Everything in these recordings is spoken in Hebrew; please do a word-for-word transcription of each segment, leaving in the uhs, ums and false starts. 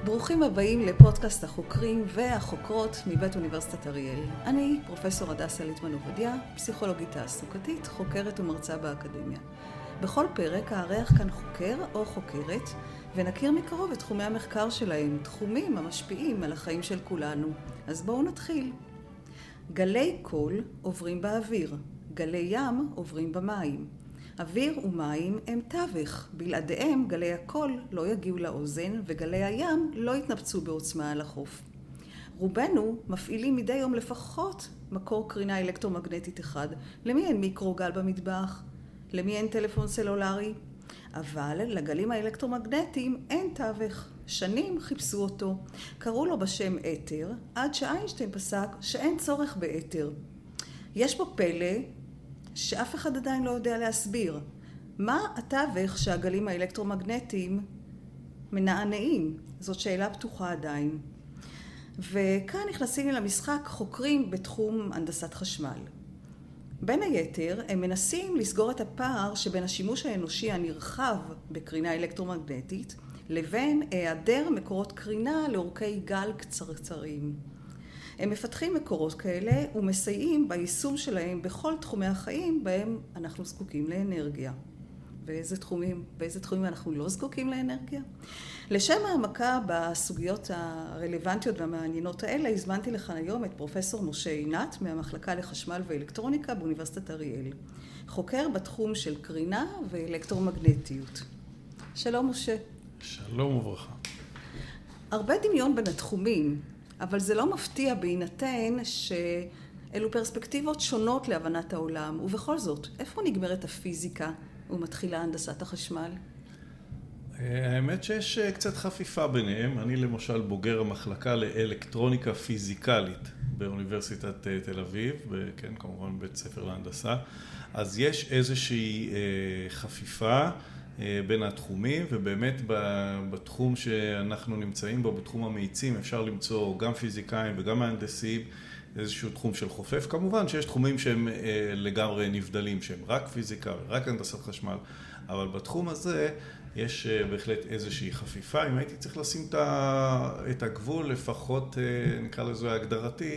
ברוכים הבאים לפודקאסט החוקרים והחוקרות מבית אוניברסיטת אריאל. אני פרופסור הדסה ליטמן עובדיה, פסיכולוגית תעסוקתית, חוקרת ומרצה באקדמיה. בכל פרק הארח כאן חוקר או חוקרת ונכיר מקרוב את תחומי המחקר שלהם, תחומים המשפיעים על החיים של כולנו. אז בואו נתחיל. גלי קול עוברים באוויר, גלי ים עוברים במים. אוויר ומים הם תווך, בלעדיהם גלי הקול לא יגיעו לאוזן וגלי הים לא יתנפצו בעוצמה על החוף. רובנו מפעילים מדי יום לפחות מקור קרינה אלקטרומגנטית אחד. למי אין מיקרוגל במטבח? למי אין טלפון סלולרי? אבל לגלים האלקטרומגנטיים אין תווך. שנים חיפשו אותו. קראו לו בשם אתר, עד שאיינשטיין פסק שאין צורך באתר. יש פה פלא שאף אחד עדיין לא יודע להסביר. מה התווך שהגלים האלקטרומגנטיים מנענעים? זאת שאלה פתוחה עדיין. וכאן נכנסים למשחק חוקרים בתחום הנדסת חשמל. בין היתר, הם מנסים לסגור את הפער שבין השימוש האנושי הנרחב בקרינה אלקטרומגנטית לבין היעדר מקורות קרינה לאורכי גל קצרצרים. הם מפתחים מקורות כאלה ומסייעים ביישום שלהם בכל תחומי החיים בהם אנחנו זקוקים לאנרגיה. ואיזה תחומים, באיזה תחומים אנחנו לא זקוקים לאנרגיה? לשם העמקה בסוגיות הרלוונטיות והמעניינות האלה, הזמנתי לכאן היום את פרופסור משה עינת מהמחלקה לחשמל ואלקטרוניקה באוניברסיטת אריאל. חוקר בתחום של קרינה ואלקטרומגנטיות. שלום משה. שלום וברכה. הרבה דמיון בין התחומים, אבל זה לא מפתיע בהינתן שאלו פרספקטיבות שונות להבנת העולם. ובכל זאת, איפה נגמרת הפיזיקה ומתחילה הנדסת החשמל? האמת שיש קצת חפיפה ביניהם. אני למשל בוגר המחלקה לאלקטרוניקה פיזיקלית באוניברסיטת תל אביב, כן, כמובן בית ספר להנדסה. אז יש איזושהי חפיפה בין התחומים, ובאמת בתחום שאנחנו נמצאים בו, בתחום המאיצים, אפשר למצוא גם פיזיקאים וגם מהנדסים, איזשהו תחום של חופף. כמובן שיש תחומים שהם לגמרי נבדלים, שהם רק פיזיקה ורק הנדסת חשמל, אבל בתחום הזה יש בהחלט איזושהי חפיפה. אם הייתי צריך לשים את הגבול, לפחות נקרא לזה הגדרתי,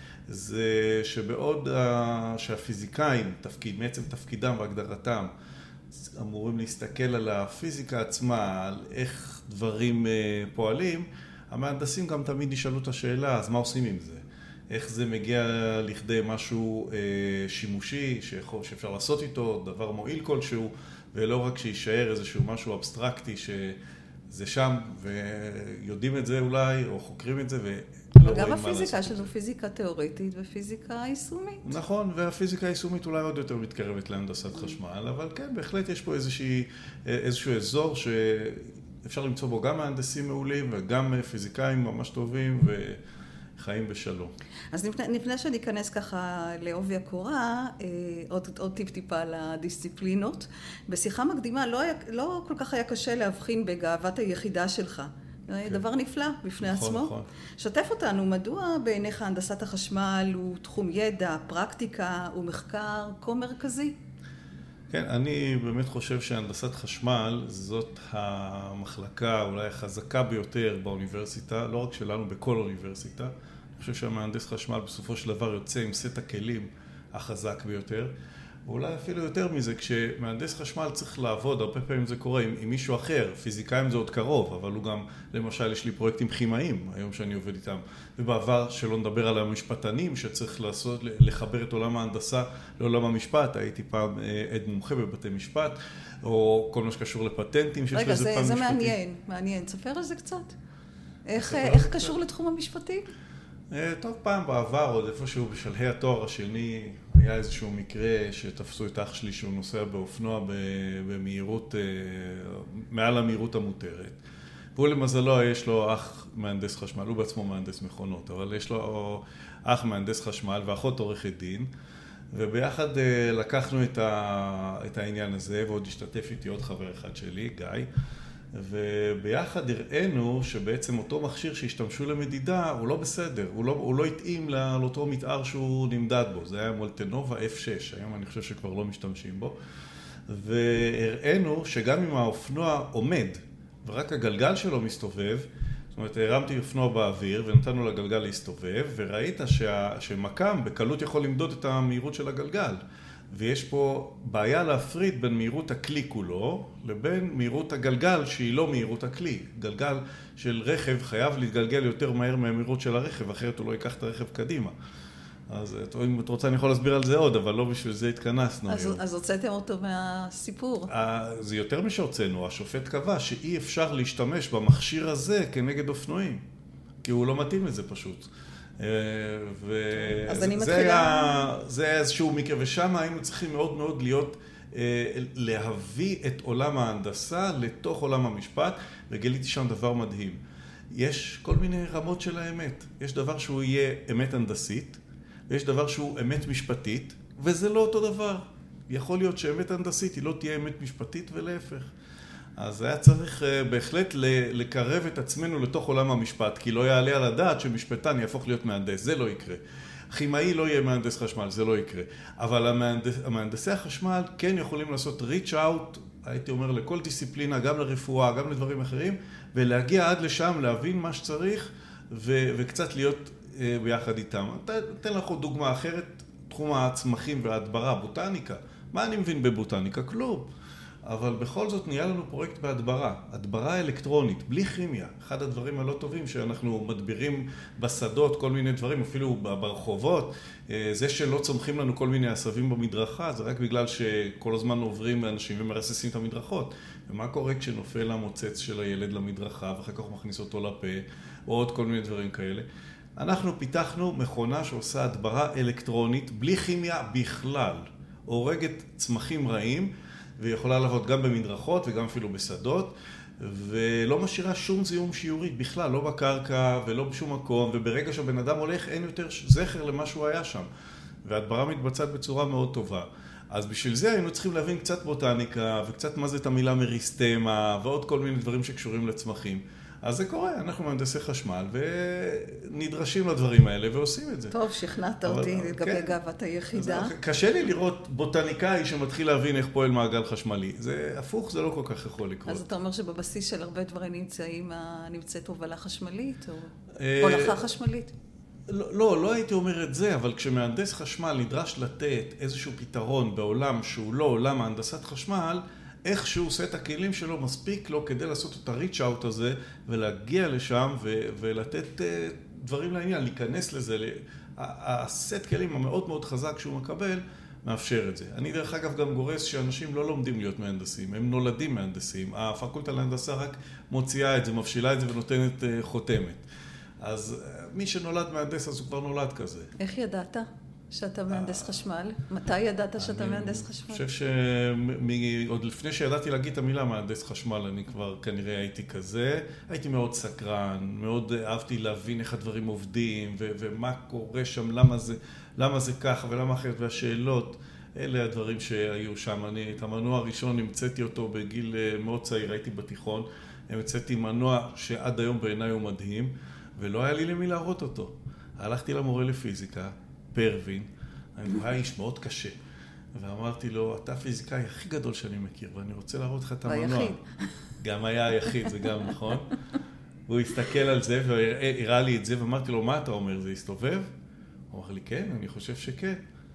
זה שבעוד שהפיזיקאים, תפקיד, מעצם תפקידם והגדרתם, אמורים להסתכל על הפיזיקה עצמה, על איך דברים פועלים, המהנדסים גם תמיד נשאלו את השאלה, אז מה עושים עם זה? איך זה מגיע לכדי משהו שימושי, שאפשר לעשות איתו, דבר מועיל כלשהו, ולא רק שישאר איזשהו משהו אבסטרקטי שזה שם, ויודעים את זה אולי, או חוקרים את זה, ולא רואים מה לעשות. גם הפיזיקה שלנו פיזיקה תיאורטית ופיזיקה יישומית. נכון, והפיזיקה היישומית אולי עוד יותר מתקרבת להנדסת חשמל, אבל כן, בהחלט יש פה איזושהי, איזשהו אזור שאפשר למצוא בו גם מהנדסים מעולים, וגם פיזיקאים ממש טובים, ו... חיים בשלום. אז לפני שאני אכנס ככה לעובי הקורה, עוד, עוד טיפ טיפה לדיסציפלינות. בשיחה מקדימה לא, היה, לא כל כך היה קשה להבחין בגאוות היחידה שלך. כן. דבר נפלא בפני נכון, עצמו. נכון. שתף אותנו, מדוע בעיניך הנדסת החשמל הוא תחום ידע, פרקטיקה ומחקר כה מרכזי? כן, אני באמת חושב שהנדסת חשמל זאת המחלקה אולי החזקה ביותר באוניברסיטה, לא רק שלנו, בכל אוניברסיטה. אני חושב שהמהנדס חשמל בסופו של דבר יוצא עם סט הכלים החזק ביותר. ואולי אפילו יותר מזה, כשמהנדס חשמל צריך לעבוד, הרבה פעמים זה קורה עם, עם מישהו אחר, פיזיקאים זה עוד קרוב, אבל הוא גם, למשל, יש לי פרויקטים כימאיים, היום שאני עובד איתם, ובעבר שלא נדבר על המשפטנים, שצריך לעשות, לחבר את עולם ההנדסה לעולם המשפט, הייתי פעם עד מומחה בבתי משפט, או כל מה שקשור לפטנטים, שיש רגע, לזה זה, פעם זה משפטים. מעניין, מעניין. תספר על זה קצת. איך, איך קשור לתחום המשפטי? טוב, פעם בעבר, עוד איפשהו בשלהי התואר השני, היה איזשהו מקרה שתפסו את אח שלי שהוא נוסע באופנוע במהירות, מעל המהירות המותרת. והוא למזלו, יש לו אח מהנדס חשמל, הוא בעצמו מהנדס מכונות, אבל יש לו אח מהנדס חשמל ואחות עורכת דין, וביחד לקחנו את, ה, את העניין הזה, ועוד השתתף איתי עוד חבר אחד שלי, גיא, וביחד הראינו שבעצם אותו מכשיר שהשתמשו למדידה הוא לא בסדר, הוא לא, הוא לא התאים לאותו מתאר שהוא נמדד בו, זה היה מולטנובה אף שש, היום אני חושב שכבר לא משתמשים בו, והראינו שגם אם האופנוע עומד ורק הגלגל שלו מסתובב, זאת אומרת, הרמתי אופנוע באוויר ונתנו לגלגל להסתובב, וראית שה, שמקם בקלות יכול למדוד את המהירות של הגלגל. ויש פה בעיה להפריד בין מהירות הכלי כולו לבין מהירות הגלגל שהיא לא מהירות הכלי. גלגל של רכב חייב להתגלגל יותר מהר מהמהירות של הרכב, אחרת הוא לא ייקח את הרכב קדימה. אז אם את רוצה אני יכול להסביר על זה עוד, אבל לא בשביל זה התכנסנו. אז, אז הוצאתם אותו מהסיפור. זה יותר משהוצאנו, השופט קבע שאי אפשר להשתמש במכשיר הזה כנגד אופנועים, כי הוא לא מתאים לזה פשוט. אז אני מתחילה... היה, זה היה איזשהו מקרה, ושם היינו צריכים מאוד מאוד להיות, להביא את עולם ההנדסה לתוך עולם המשפט, וגיליתי שם דבר מדהים. יש כל מיני רמות של האמת. יש דבר שהוא יהיה אמת הנדסית, ויש דבר שהוא אמת משפטית, וזה לא אותו דבר. יכול להיות שאמת הנדסית היא לא תהיה אמת משפטית ולהפך. אז היה צריך בהחלט לקרב את עצמנו לתוך עולם המשפט, כי לא יעלה על הדעת שמשפטן יהפוך להיות מהנדס, זה לא יקרה. כימאי לא יהיה מהנדס חשמל, זה לא יקרה. אבל המהנדס, המהנדסי החשמל כן יכולים לעשות reach out, הייתי אומר, לכל דיסציפלינה, גם לרפואה, גם לדברים אחרים, ולהגיע עד לשם, להבין מה שצריך, ו- וקצת להיות ביחד איתם. אתן לך עוד דוגמה אחרת, תחום הצמחים וההדברה, בוטניקה. מה אני מבין בבוטניקה? כלום. אבל בכל זאת נהיה לנו פרויקט בהדברה, הדברה אלקטרונית, בלי כימיה. אחד הדברים הלא טובים שאנחנו מדבירים בשדות, כל מיני דברים, אפילו ברחובות, זה שלא צומחים לנו כל מיני עשבים במדרכה, זה רק בגלל שכל הזמן עוברים אנשים ומרססים את המדרכות. ומה קורה כשנופל המוצץ של הילד למדרכה, ואחר כך הוא מכניס אותו לפה, או עוד כל מיני דברים כאלה. אנחנו פיתחנו מכונה שעושה הדברה אלקטרונית, בלי כימיה בכלל, הורגת צמחים רעים, ויכולה לעבוד גם במדרכות וגם אפילו בשדות, ולא משאירה שום זיהום שיורית בכלל, לא בקרקע ולא בשום מקום, וברגע שהבן אדם הולך אין יותר זכר למה שהוא היה שם. והדברה מתבצעת בצורה מאוד טובה. אז בשביל זה היינו צריכים להבין קצת בוטניקה, וקצת מה זה את המילה מריסטמה, ועוד כל מיני דברים שקשורים לצמחים. אז זה קורה, אנחנו מהנדסי חשמל, ונדרשים לדברים האלה, ועושים את זה. טוב, שכנעת אותי לגבי גאוות היחידה. קשה לי לראות בוטניקאי שמתחיל להבין איך פועל מעגל חשמלי. זה הפוך, זה לא כל כך יכול לקרות. אז אתה אומר שבבסיס של הרבה דברים נמצאים, נמצאת הובלה חשמלית, או הולכה חשמלית? לא, לא, לא הייתי אומר את זה, אבל כשמהנדס חשמל נדרש לתת איזשהו פתרון בעולם שהוא לא עולם ההנדסת חשמל, איך שהוא עושה את הכלים שלו מספיק לו כדי לעשות את הריץ' אאוט הזה ולהגיע לשם ו- ולתת uh, דברים לעניין, להיכנס לזה. הסט כלים המאוד מאוד חזק שהוא מקבל מאפשר את זה. אני דרך אגב גם גורס שאנשים לא לומדים להיות מהנדסים, הם נולדים מהנדסים. הפקולטה להנדסה רק מוציאה את זה, מבשילה את זה ונותנת uh, חותמת. אז uh, מי שנולד מהנדס אז הוא כבר נולד כזה. איך ידעת? שאתה מהנדס חשמל? מתי ידעת שאתה מהנדס חשמל? אני חושב שעוד לפני שידעתי להגיד את המילה מהנדס חשמל, אני כבר כנראה הייתי כזה. הייתי מאוד סקרן, מאוד אהבתי להבין איך הדברים עובדים, ומה קורה שם, למה זה, למה זה ככה ולמה אחרת, והשאלות, אלה הדברים שהיו שם. אני את המנוע הראשון המצאתי אותו בגיל מאוד צעיר, הייתי בתיכון, המצאתי מנוע שעד היום בעיניי הוא מדהים, ולא היה לי למי להראות אותו. הלכתי למורה לפיזיקה, פרווין, הוא היה איש מאוד קשה, ואמרתי לו, אתה הפיזיקאי הכי גדול שאני מכיר, ואני רוצה להראות לך את המנוע. היחיד. גם היה היחיד, זה גם נכון. והוא הסתכל על זה, והראה לי את זה, ואמרתי לו, מה אתה אומר, זה יסתובב? הוא אמר לי, כן, אני חושב שכן.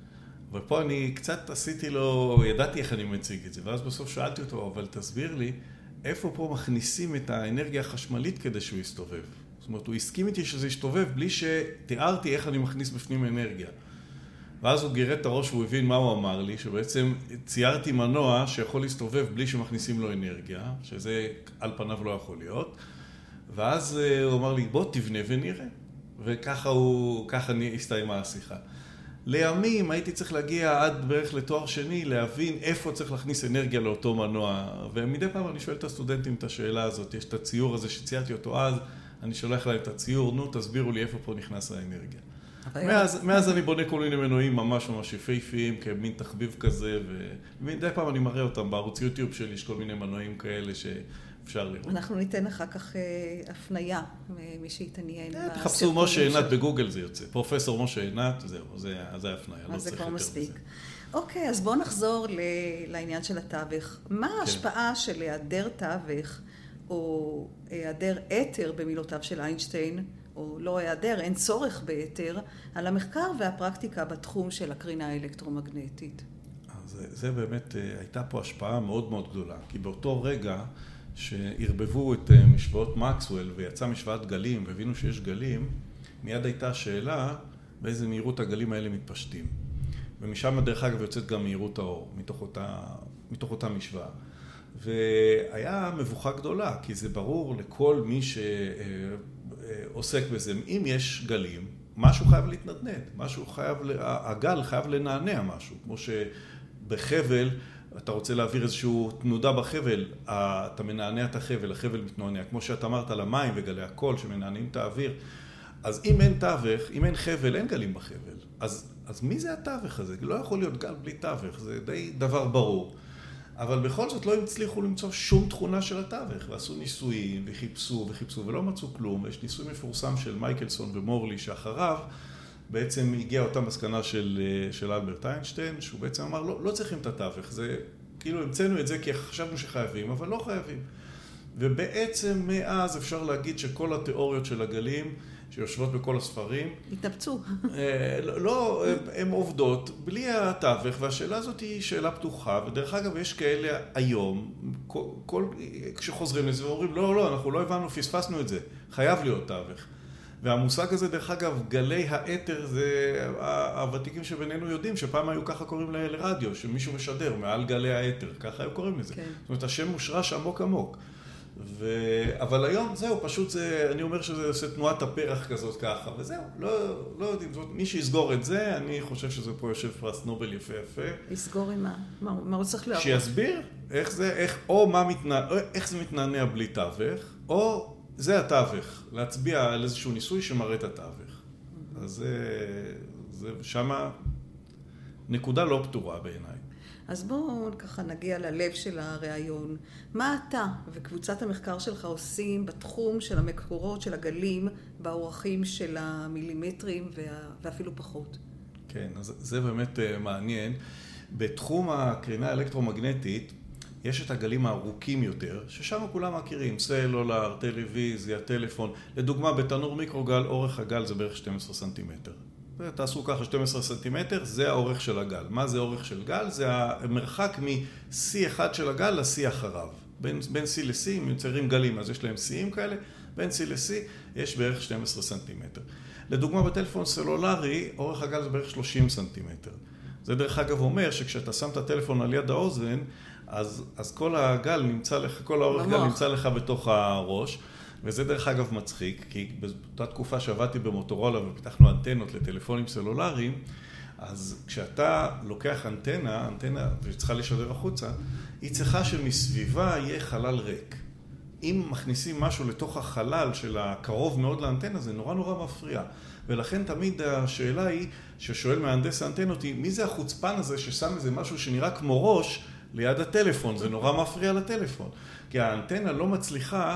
ופה אני קצת עשיתי לו, ידעתי איך אני מציג את זה, ואז בסוף שאלתי אותו, אבל תסביר לי, איפה פה מכניסים את האנרגיה החשמלית כדי שהוא יסתובב? זאת אומרת, הוא הסכים איתי שזה יסתובב בלי שתיארתי איך אני מכניס בפנים אנרגיה. ואז הוא גירד את הראש והוא הבין מה הוא אמר לי, שבעצם ציירתי מנוע שיכול להסתובב בלי שמכניסים לו אנרגיה, שזה על פניו לא יכול להיות. ואז הוא אמר לי, בוא תבנה ונראה. וככה הוא, ככה הסתיימה השיחה. לימים הייתי צריך להגיע עד בערך לתואר שני, להבין איפה צריך להכניס אנרגיה לאותו מנוע. ומדי פעם אני שואל את הסטודנטים את השאלה הזאת, יש את הציור הזה שציירתי אותו אז, אני שולח להם את הציור, נו, תסבירו לי איפה פה נכנס האנרגיה. מאז, מאז אני בונה כל מיני מנועים ממש ממש יפהפיים, כמין תחביב כזה, ומדי פעם אני מראה אותם בערוץ יוטיוב שלי, יש כל מיני מנועים כאלה שאפשר לראות. אנחנו ניתן אחר כך הפנייה, מי שהתעניין. תחפשו משה עינת בגוגל זה יוצא. פרופסור משה עינת, זהו, זה הפנייה. אז זה כבר מספיק. אוקיי, אז בואו נחזור לעניין של התווך. מה ההשפעה של היעדר תווך, או היעדר אתר במילותיו של איינשטיין, או לא היעדר, אין צורך ביתר, על המחקר והפרקטיקה בתחום של הקרינה האלקטרומגנטית. זה, זה באמת, הייתה פה השפעה מאוד מאוד גדולה, כי באותו רגע שערבבו את משוואות מקסוול ויצא משוואת גלים והבינו שיש גלים, מיד הייתה שאלה באיזה מהירות הגלים האלה מתפשטים. ומשם דרך אגב יוצאת גם מהירות האור, מתוך אותה, מתוך אותה משוואה. והיה מבוכה גדולה, כי זה ברור לכל מי שעוסק בזה. אם יש גלים, משהו חייב להתנדנד, משהו חייב, הגל חייב לנענע משהו. כמו שבחבל, אתה רוצה להעביר איזושהי תנודה בחבל, אתה מנענע את החבל, החבל מתנענע. כמו שאתה אמרת על המים וגלי הקול שמנענעים את האוויר. אז אם אין תווך, אם אין חבל, אין גלים בחבל. אז, אז מי זה התווך הזה? לא יכול להיות גל בלי תווך, זה די דבר ברור. אבל בכל זאת לא הצליחו למצוא שום תכונה של התווך, ועשו ניסויים וחיפשו וחיפשו ולא מצאו כלום. יש ניסוי מפורסם של מייקלסון ומורלי שאחריו בעצם הגיעה אותה מסקנה של, של אלברט איינשטיין, שהוא בעצם אמר לא, לא צריכים את התווך, זה כאילו המצאנו את זה כי חשבנו שחייבים, אבל לא חייבים. ובעצם מאז אפשר להגיד שכל התיאוריות של הגלים שיושבות בכל הספרים התנפצו. לא, הן עובדות בלי התווך, והשאלה הזאת היא שאלה פתוחה, ודרך אגב יש כאלה היום, כל, כשחוזרים לזה ואומרים לא, לא, אנחנו לא הבנו, פספסנו את זה, חייב להיות תווך. והמושג הזה דרך אגב, גלי האתר, זה הוותיקים שבינינו יודעים שפעם היו ככה קוראים לרדיו, שמישהו משדר מעל גלי האתר, ככה היו קוראים לזה. כן. זאת אומרת, השם מושרש עמוק עמוק. ו... אבל היום זהו, פשוט זה, אני אומר שזה עושה תנועת הפרח כזאת ככה, וזהו, לא, לא יודעים, זאת, מי שיסגור את זה, אני חושב שזה פה יושב פרס נובל יפה יפה. יסגור עם מה? מה, מה הוא צריך להראות? שיסביר איך זה, איך, או מה מתנע... איך זה מתנענע בלי תווך, או זה התווך, להצביע על איזשהו ניסוי שמראה את התווך. אז זה, זה שמה נקודה לא פתורה בעיניי. אז בואו ככה נגיע ללב של הרעיון. מה אתה וקבוצת המחקר שלך עושים בתחום של המקורות, של הגלים, באורכים של המילימטרים ואפילו פחות? כן, אז זה באמת מעניין. בתחום הקרינה האלקטרומגנטית יש את הגלים הארוכים יותר, ששם כולם מכירים, סלולר, טלוויזיה, טלפון. לדוגמה, בתנור מיקרוגל, אורך הגל זה בערך שנים עשר סנטימטר. תעשו ככה שנים עשר סנטימטר, זה האורך של הגל. מה זה אורך של גל? זה המרחק מ-C אחד של הגל ל-C אחריו. בין, בין C ל-C, אם יוצרים גלים, אז יש להם C'ים כאלה, בין C ל-C יש בערך שנים עשר סנטימטר. לדוגמה, בטלפון סלולרי, אורך הגל זה בערך שלושים סנטימטר. זה דרך אגב אומר שכשאתה שם את הטלפון על יד האוזן, אז, אז כל הגל נמצא לך, כל האורך גל נמצא לך בתוך הראש, וזה דרך אגב מצחיק, כי באותה תקופה שעבדתי במוטורולה ופיתחנו אנטנות לטלפונים סלולריים, אז כשאתה לוקח אנטנה, אנטנה וצריכה לשדר החוצה, היא צריכה שמסביבה יהיה חלל ריק. אם מכניסים משהו לתוך החלל של הקרוב מאוד לאנטנה, זה נורא נורא מפריע. ולכן תמיד השאלה היא, ששואל מהנדס האנטנות היא, מי זה החוצפן הזה ששם איזה משהו שנראה כמו ראש ליד הטלפון? זה נורא מפריע לטלפון. כי האנטנה לא מצליחה,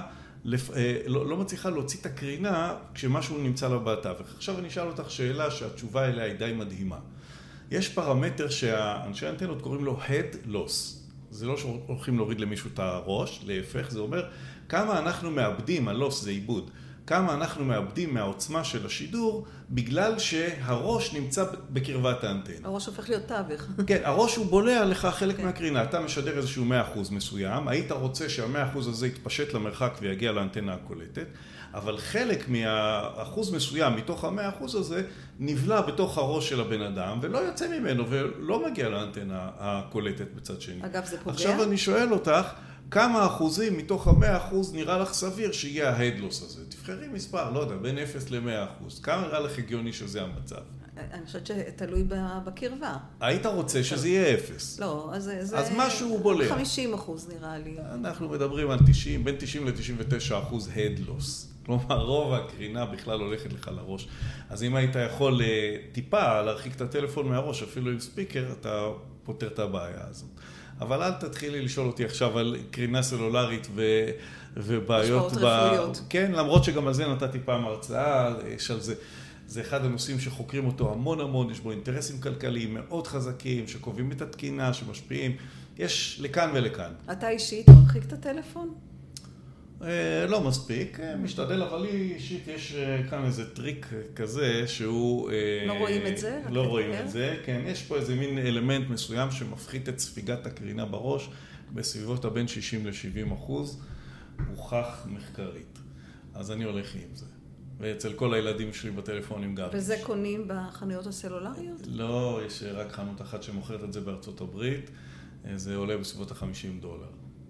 לא, לא מצליחה להוציא את הקרינה כשמשהו נמצא לה בתווך. עכשיו אני אשאל אותך שאלה שהתשובה אליה היא די מדהימה. יש פרמטר שהאנשי האנטנות קוראים לו head loss. זה לא שהולכים להוריד למישהו את הראש, להפך, זה אומר כמה אנחנו מאבדים, הלוס זה עיבוד, כמה אנחנו מאבדים מהעוצמה של השידור בגלל שהראש נמצא בקרבת האנטנה. הראש הופך להיות תווך. כן, הראש הוא בולע לך חלק okay. מהקרינה. אתה משדר איזשהו מאה אחוז מסוים, היית רוצה שה-מאה אחוז הזה יתפשט למרחק ויגיע לאנטנה הקולטת, אבל חלק מהאחוז מסוים מתוך ה-מאה אחוז הזה נבלע בתוך הראש של הבן אדם ולא יוצא ממנו ולא מגיע לאנטנה הקולטת בצד שני. אגב, זה פוגע? עכשיו אני שואל אותך, כמה אחוזים מתוך ה-מאה אחוז נראה לך סביר שיהיה ההדלוס הזה? תבחרי מספר, לא יודע, בין אפס ל-מאה אחוז. כמה נראה לך הגיוני שזה המצב? אני חושבת שתלוי בקרבה. היית רוצה שזה יהיה אפס. לא, אז זה... אז משהו בולע. חמישים אחוז נראה לי. אנחנו מדברים על תשעים, בין תשעים ל-תשעים ותשעה אחוז הדלוס. כלומר, רוב הקרינה בכלל הולכת לך לראש. אז אם היית יכול טיפה להרחיק את הטלפון מהראש, אפילו עם ספיקר, אתה פותר את הבעיה הזאת. אבל אל תתחילי לשאול אותי עכשיו על קרינה סלולרית ו... ובעיות... השפעות רפואיות. כן, למרות שגם על זה נתתי פעם הרצאה, יש על זה... זה אחד הנושאים שחוקרים אותו המון המון, יש בו אינטרסים כלכליים מאוד חזקים, שקובעים את התקינה, שמשפיעים, יש לכאן ולכאן. אתה אישית מרחיק את הטלפון? לא מספיק, משתדל, אבל לי אישית יש כאן איזה טריק כזה שהוא... לא רואים את זה? לא רואים את זה, כן. יש פה איזה מין אלמנט מסוים שמפחית את ספיגת הקרינה בראש בסביבות הבין שישים ל-שבעים אחוז, הוכח מחקרית. אז אני הולך עם זה. ואצל כל הילדים שלי בטלפונים גם. וזה קונים בחנויות הסלולריות? לא, יש רק חנות אחת שמוכרת את זה בארצות הברית. זה עולה בסביבות ה-חמישים דולר.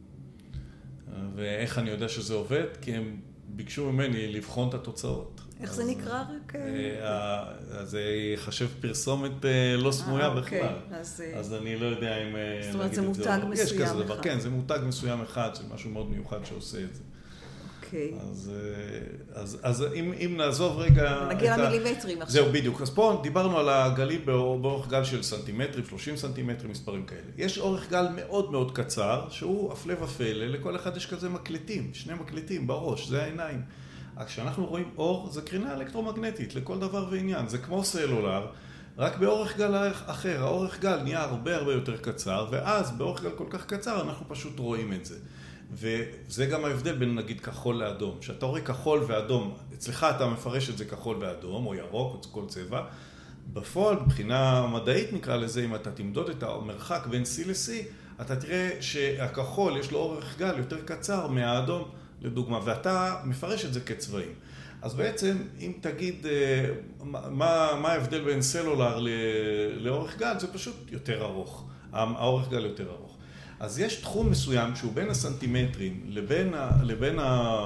ואיך אני יודע שזה עובד? כי הם ביקשו ממני לבחון את התוצאות. איך זה נקרא רק? אז זה יחשב פרסומת לא סמויה בכלל. אז אני לא יודע אם... זאת אומרת, זה מותג מסוים אחד. כן, זה מותג מסוים אחד, זה משהו מאוד מיוחד שעושה את זה. אוקיי. אז אם נעזוב רגע... נגיע למילימטרים עכשיו. זהו, בדיוק. אז פה דיברנו על הגלים באורך גל של סנטימטרים, שלושים סנטימטרים, מספרים כאלה. יש אורך גל מאוד מאוד קצר, שהוא הפלא ופלא, לכל אחד יש כזה מקלטים, שני מקלטים בראש, זה העיניים. כשאנחנו רואים אור, זה קרינה אלקטרומגנטית, לכל דבר ועניין. זה כמו סלולר, רק באורך גל אחר. האורך גל נהיה הרבה הרבה יותר קצר, ואז באורך גל כל כך קצר אנחנו פשוט רואים את זה. וזה גם ההבדל בין נגיד כחול לאדום. כשאתה רואה כחול ואדום, אצלך אתה מפרש את זה כחול ואדום, או ירוק, או כל צבע. בפועל, מבחינה מדעית נקרא לזה, אם אתה תמדוד את המרחק בין C ל-C, אתה תראה שהכחול יש לו אורך גל יותר קצר מהאדום, לדוגמה, ואתה מפרש את זה כצבעים. אז בעצם, אם תגיד מה, מה ההבדל בין סלולר לאורך גל, זה פשוט יותר ארוך. האורך גל יותר ארוך. אז יש תחום מסוים שהוא בין הסנטימטרים לבין, לבין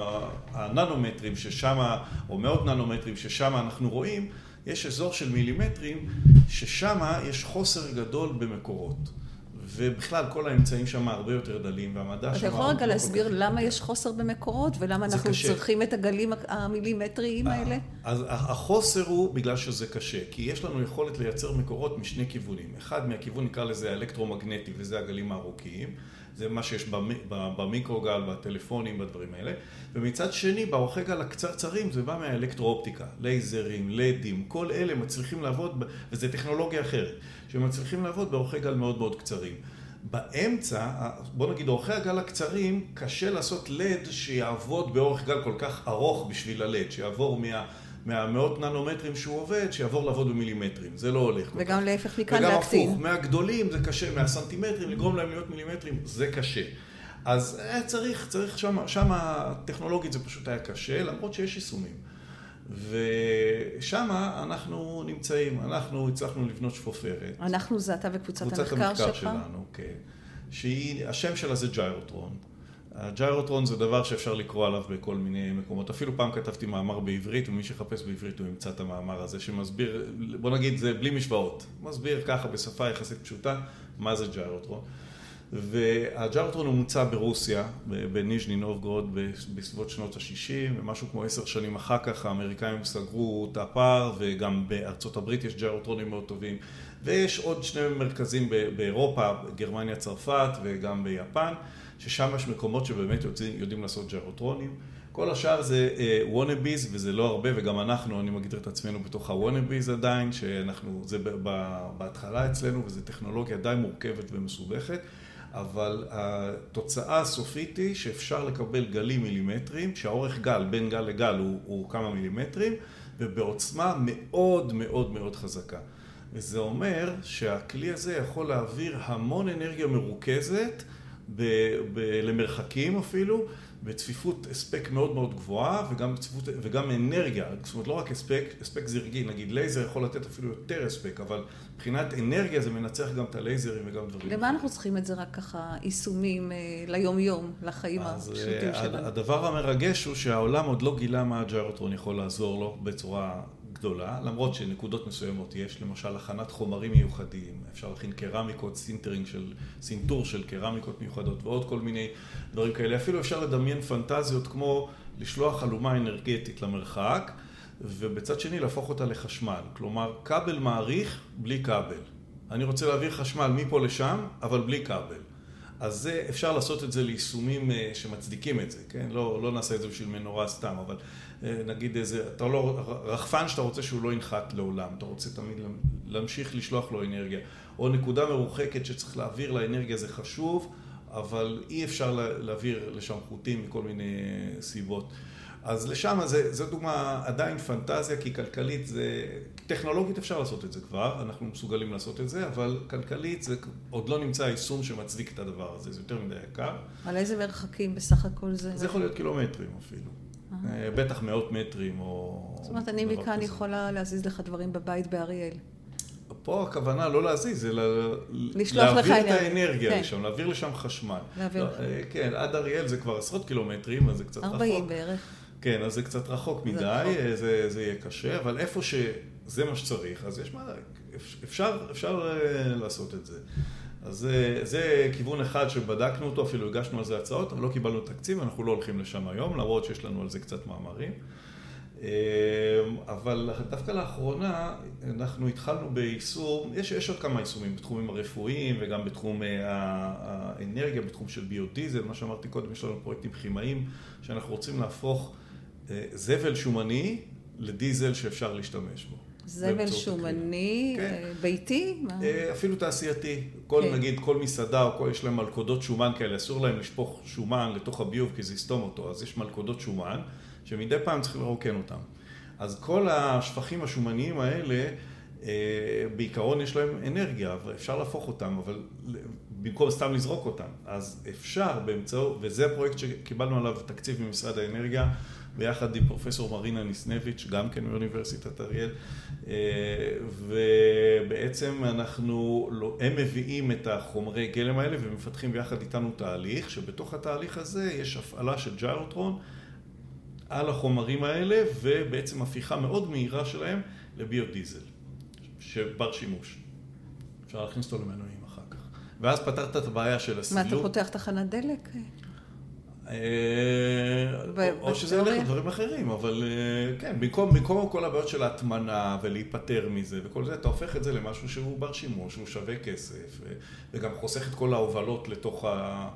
הננומטרים ששם, או מאות ננומטרים ששם אנחנו רואים, יש אזור של מילימטרים ששם יש חוסר גדול במקורות. ובכלל כל האמצעים שם הרבה יותר דלים, והמדע שם... אתה יכול רגע להסביר למה יש חוסר במקורות, ולמה אנחנו צריכים את הגלים המילימטריים האלה? אז החוסר הוא בגלל שזה קשה, כי יש לנו יכולת לייצר מקורות משני כיוונים. אחד מהכיוון נקרא לזה האלקטרומגנטי, וזה הגלים הארוכים. זה מה שיש במיקרוגל, בטלפונים, בדברים האלה. ומצד שני, באורכי גל הקצרצרים, זה בא מהאלקטרואופטיקה, לייזרים, לדים, כל אלה מצליחים לעבוד, וזו טכנולוגיה אחרת, שמצליחים לעבוד באורכי גל מאוד מאוד קצרים. באמצע, בוא נגיד, אורכי הגל הקצרים, קשה לעשות לד שיעבוד באורך גל כל כך ארוך בשביל הלד, שיעבור מה... מהמאות ננומטרים שהוא עובד, שיעבור לעבוד במילימטרים. זה לא הולך. וגם להפך מכאן להקטין. וגם הפוך, מהגדולים זה קשה, מהסנטימטרים, לגרום להם להיות מילימטרים, זה קשה. אז צריך, צריך שם, שם טכנולוגית זה פשוט היה קשה, למרות שיש יישומים. ושם אנחנו נמצאים, אנחנו הצלחנו לבנות שפופרת. אנחנו זה אתה וקבוצת המחקר שלך? קבוצת המחקר שלנו, כן. שהיא, השם שלה זה ג'יירוטרון. הג'יירוטרון זה דבר שאפשר לקרוא עליו בכל מיני מקומות. אפילו פעם כתבתי מאמר בעברית, ומי שחפש בעברית הוא ימצא את המאמר הזה, שמסביר, בוא נגיד, זה בלי משוואות. מסביר ככה בשפה יחסית פשוטה, מה זה ג'יירוטרון. והג'יירוטרון הוא מוצא ברוסיה, בניז'ני נובגורוד, בסביבות שנות ה-שישים, ומשהו כמו עשר שנים אחר כך, האמריקאים סגרו את הפער, וגם בארצות הברית יש ג'יירוטרונים מאוד טובים. ויש עוד שני מרכזים באירופה, גרמניה, צרפת, וגם ביפן. ששם יש מקומות שבאמת יודעים, יודעים לעשות ג'יירוטרונים. כל השאר זה וונאביז, uh, וזה לא הרבה, וגם אנחנו, אני מגדיר את עצמנו בתוך הוונאביז עדיין, שאנחנו, זה בהתחלה אצלנו, וזו טכנולוגיה די מורכבת ומסובכת, אבל התוצאה הסופית היא שאפשר לקבל גלים מילימטרים, שהאורך גל, בין גל לגל הוא, הוא כמה מילימטרים, ובעוצמה מאוד מאוד מאוד חזקה. וזה אומר שהכלי הזה יכול להעביר המון אנרגיה מרוכזת, ב- ב- למרחקים אפילו, בצפיפות הספק מאוד מאוד גבוהה, וגם, צפיפות, וגם אנרגיה, זאת אומרת לא רק הספק, הספק זרגי, נגיד לייזר יכול לתת אפילו יותר הספק, אבל מבחינת אנרגיה זה מנצח גם את הלייזרים וגם דברים. למה אנחנו צריכים את זה רק ככה יישומים ליום יום, לחיים הפשוטים שלנו? הדבר המרגש הוא שהעולם עוד לא גילה מה הג'יירוטרון יכול לעזור לו בצורה גדולה, למרות שנקודות מסוימות יש, למשל הכנת חומרים מיוחדים, אפשר להכין קרמיקות, סינטרינג של, סינטור של קרמיקות מיוחדות ועוד כל מיני דברים כאלה. אפילו אפשר לדמיין פנטזיות כמו לשלוח חלומה אנרגטית למרחק, ובצד שני להפוך אותה לחשמל. כלומר, כבל מעריך בלי כבל. אני רוצה להעביר חשמל מפה לשם, אבל בלי כבל. אז זה, אפשר לעשות את זה ליישומים שמצדיקים את זה, כן? לא, לא נעשה את זה בשביל מנורה סתם, אבל נגיד איזה, אתה לא, רחפן שאתה רוצה שהוא לא ינחת לעולם, אתה רוצה תמיד להמשיך לשלוח לו אנרגיה, או נקודה מרוחקת שצריך להעביר לאנרגיה, זה חשוב, אבל אי אפשר להעביר לשם חוטים מכל מיני סיבות. אז לשם זה, זו דוגמה עדיין פנטזיה, כי כלכלית זה, טכנולוגית אפשר לעשות את זה כבר, אנחנו מסוגלים לעשות את זה, אבל כלכלית זה עוד לא נמצא היישום שמצדיק את הדבר הזה, זה יותר מדי יקר. על איזה מרחקים בסך הכל זה? זה יכול להיות קילומטרים אפילו. בטח מאות מטרים או... זאת אומרת, אני מכאן יכולה להזיז לך דברים בבית באריאל. פה הכוונה לא להזיז, אלא להעביר את האנרגיה לשם, להעביר לשם חשמל. כן, עד אריאל זה כבר עשרות קילומטרים, אז זה קצת רחוק. ארבעים בערך. כן, אז זה קצת רחוק מדי, זה יהיה קשה, אבל איפה שזה מה שצריך, אז יש מה, אפשר לעשות את זה. אז זה כיוון אחד שבדקנו אותו, אפילו הגשנו על זה הצעות, אבל לא קיבלנו תקציב, אנחנו לא הולכים לשם היום, למרות שיש לנו על זה קצת מאמרים. אבל דווקא לאחרונה אנחנו התחלנו ביישום, יש, יש עוד כמה יישומים בתחומים הרפואיים וגם בתחום האנרגיה, בתחום של ביודיזל, מה שאמרתי קודם, יש לנו פרויקטים כימאיים שאנחנו רוצים להפוך זבל שומני לדיזל שאפשר להשתמש בו. זבל שומני, כן. ביתי? אפילו תעשייתי. כל, כן. נגיד, כל מסעדה או כל, יש להם מלכודות שומן כאלה, אסור להם לשפוך שומן לתוך הביוב כי זה יסתום אותו, אז יש מלכודות שומן שמדי פעם צריך לרוקן אותם. אז כל השפכים השומניים האלה, בעיקרון יש להם אנרגיה, ואפשר להפוך אותם, אבל במקום סתם לזרוק אותם. אז אפשר באמצעות, וזה הפרויקט שקיבלנו עליו תקציב ממשרד האנרגיה, ביחד עם פרופסור מרינה ניסנביץ', גם כן מאוניברסיטת אריאל, ובעצם אנחנו, הם מביאים את החומרי גלם האלה ומפתחים ביחד איתנו תהליך, שבתוך התהליך הזה יש הפעלה של ג'ירוטרון על החומרים האלה, ובעצם הפיכה מאוד מהירה שלהם לביודיזל, שבר שימוש. אפשר להכניס אותו למנועים אחר כך. ואז פתרת את הבעיה של הסילוק. מה, אתה פותח תחנת דלק? או שזה הולך לדברים אחרים, אבל כן, במקום כל הבעיות של ההטמנה ולהיפטר מזה וכל זה, אתה הופך את זה למשהו שהוא בר שימוש, שהוא שווה כסף, וגם חוסך את כל ההובלות לתוך ה...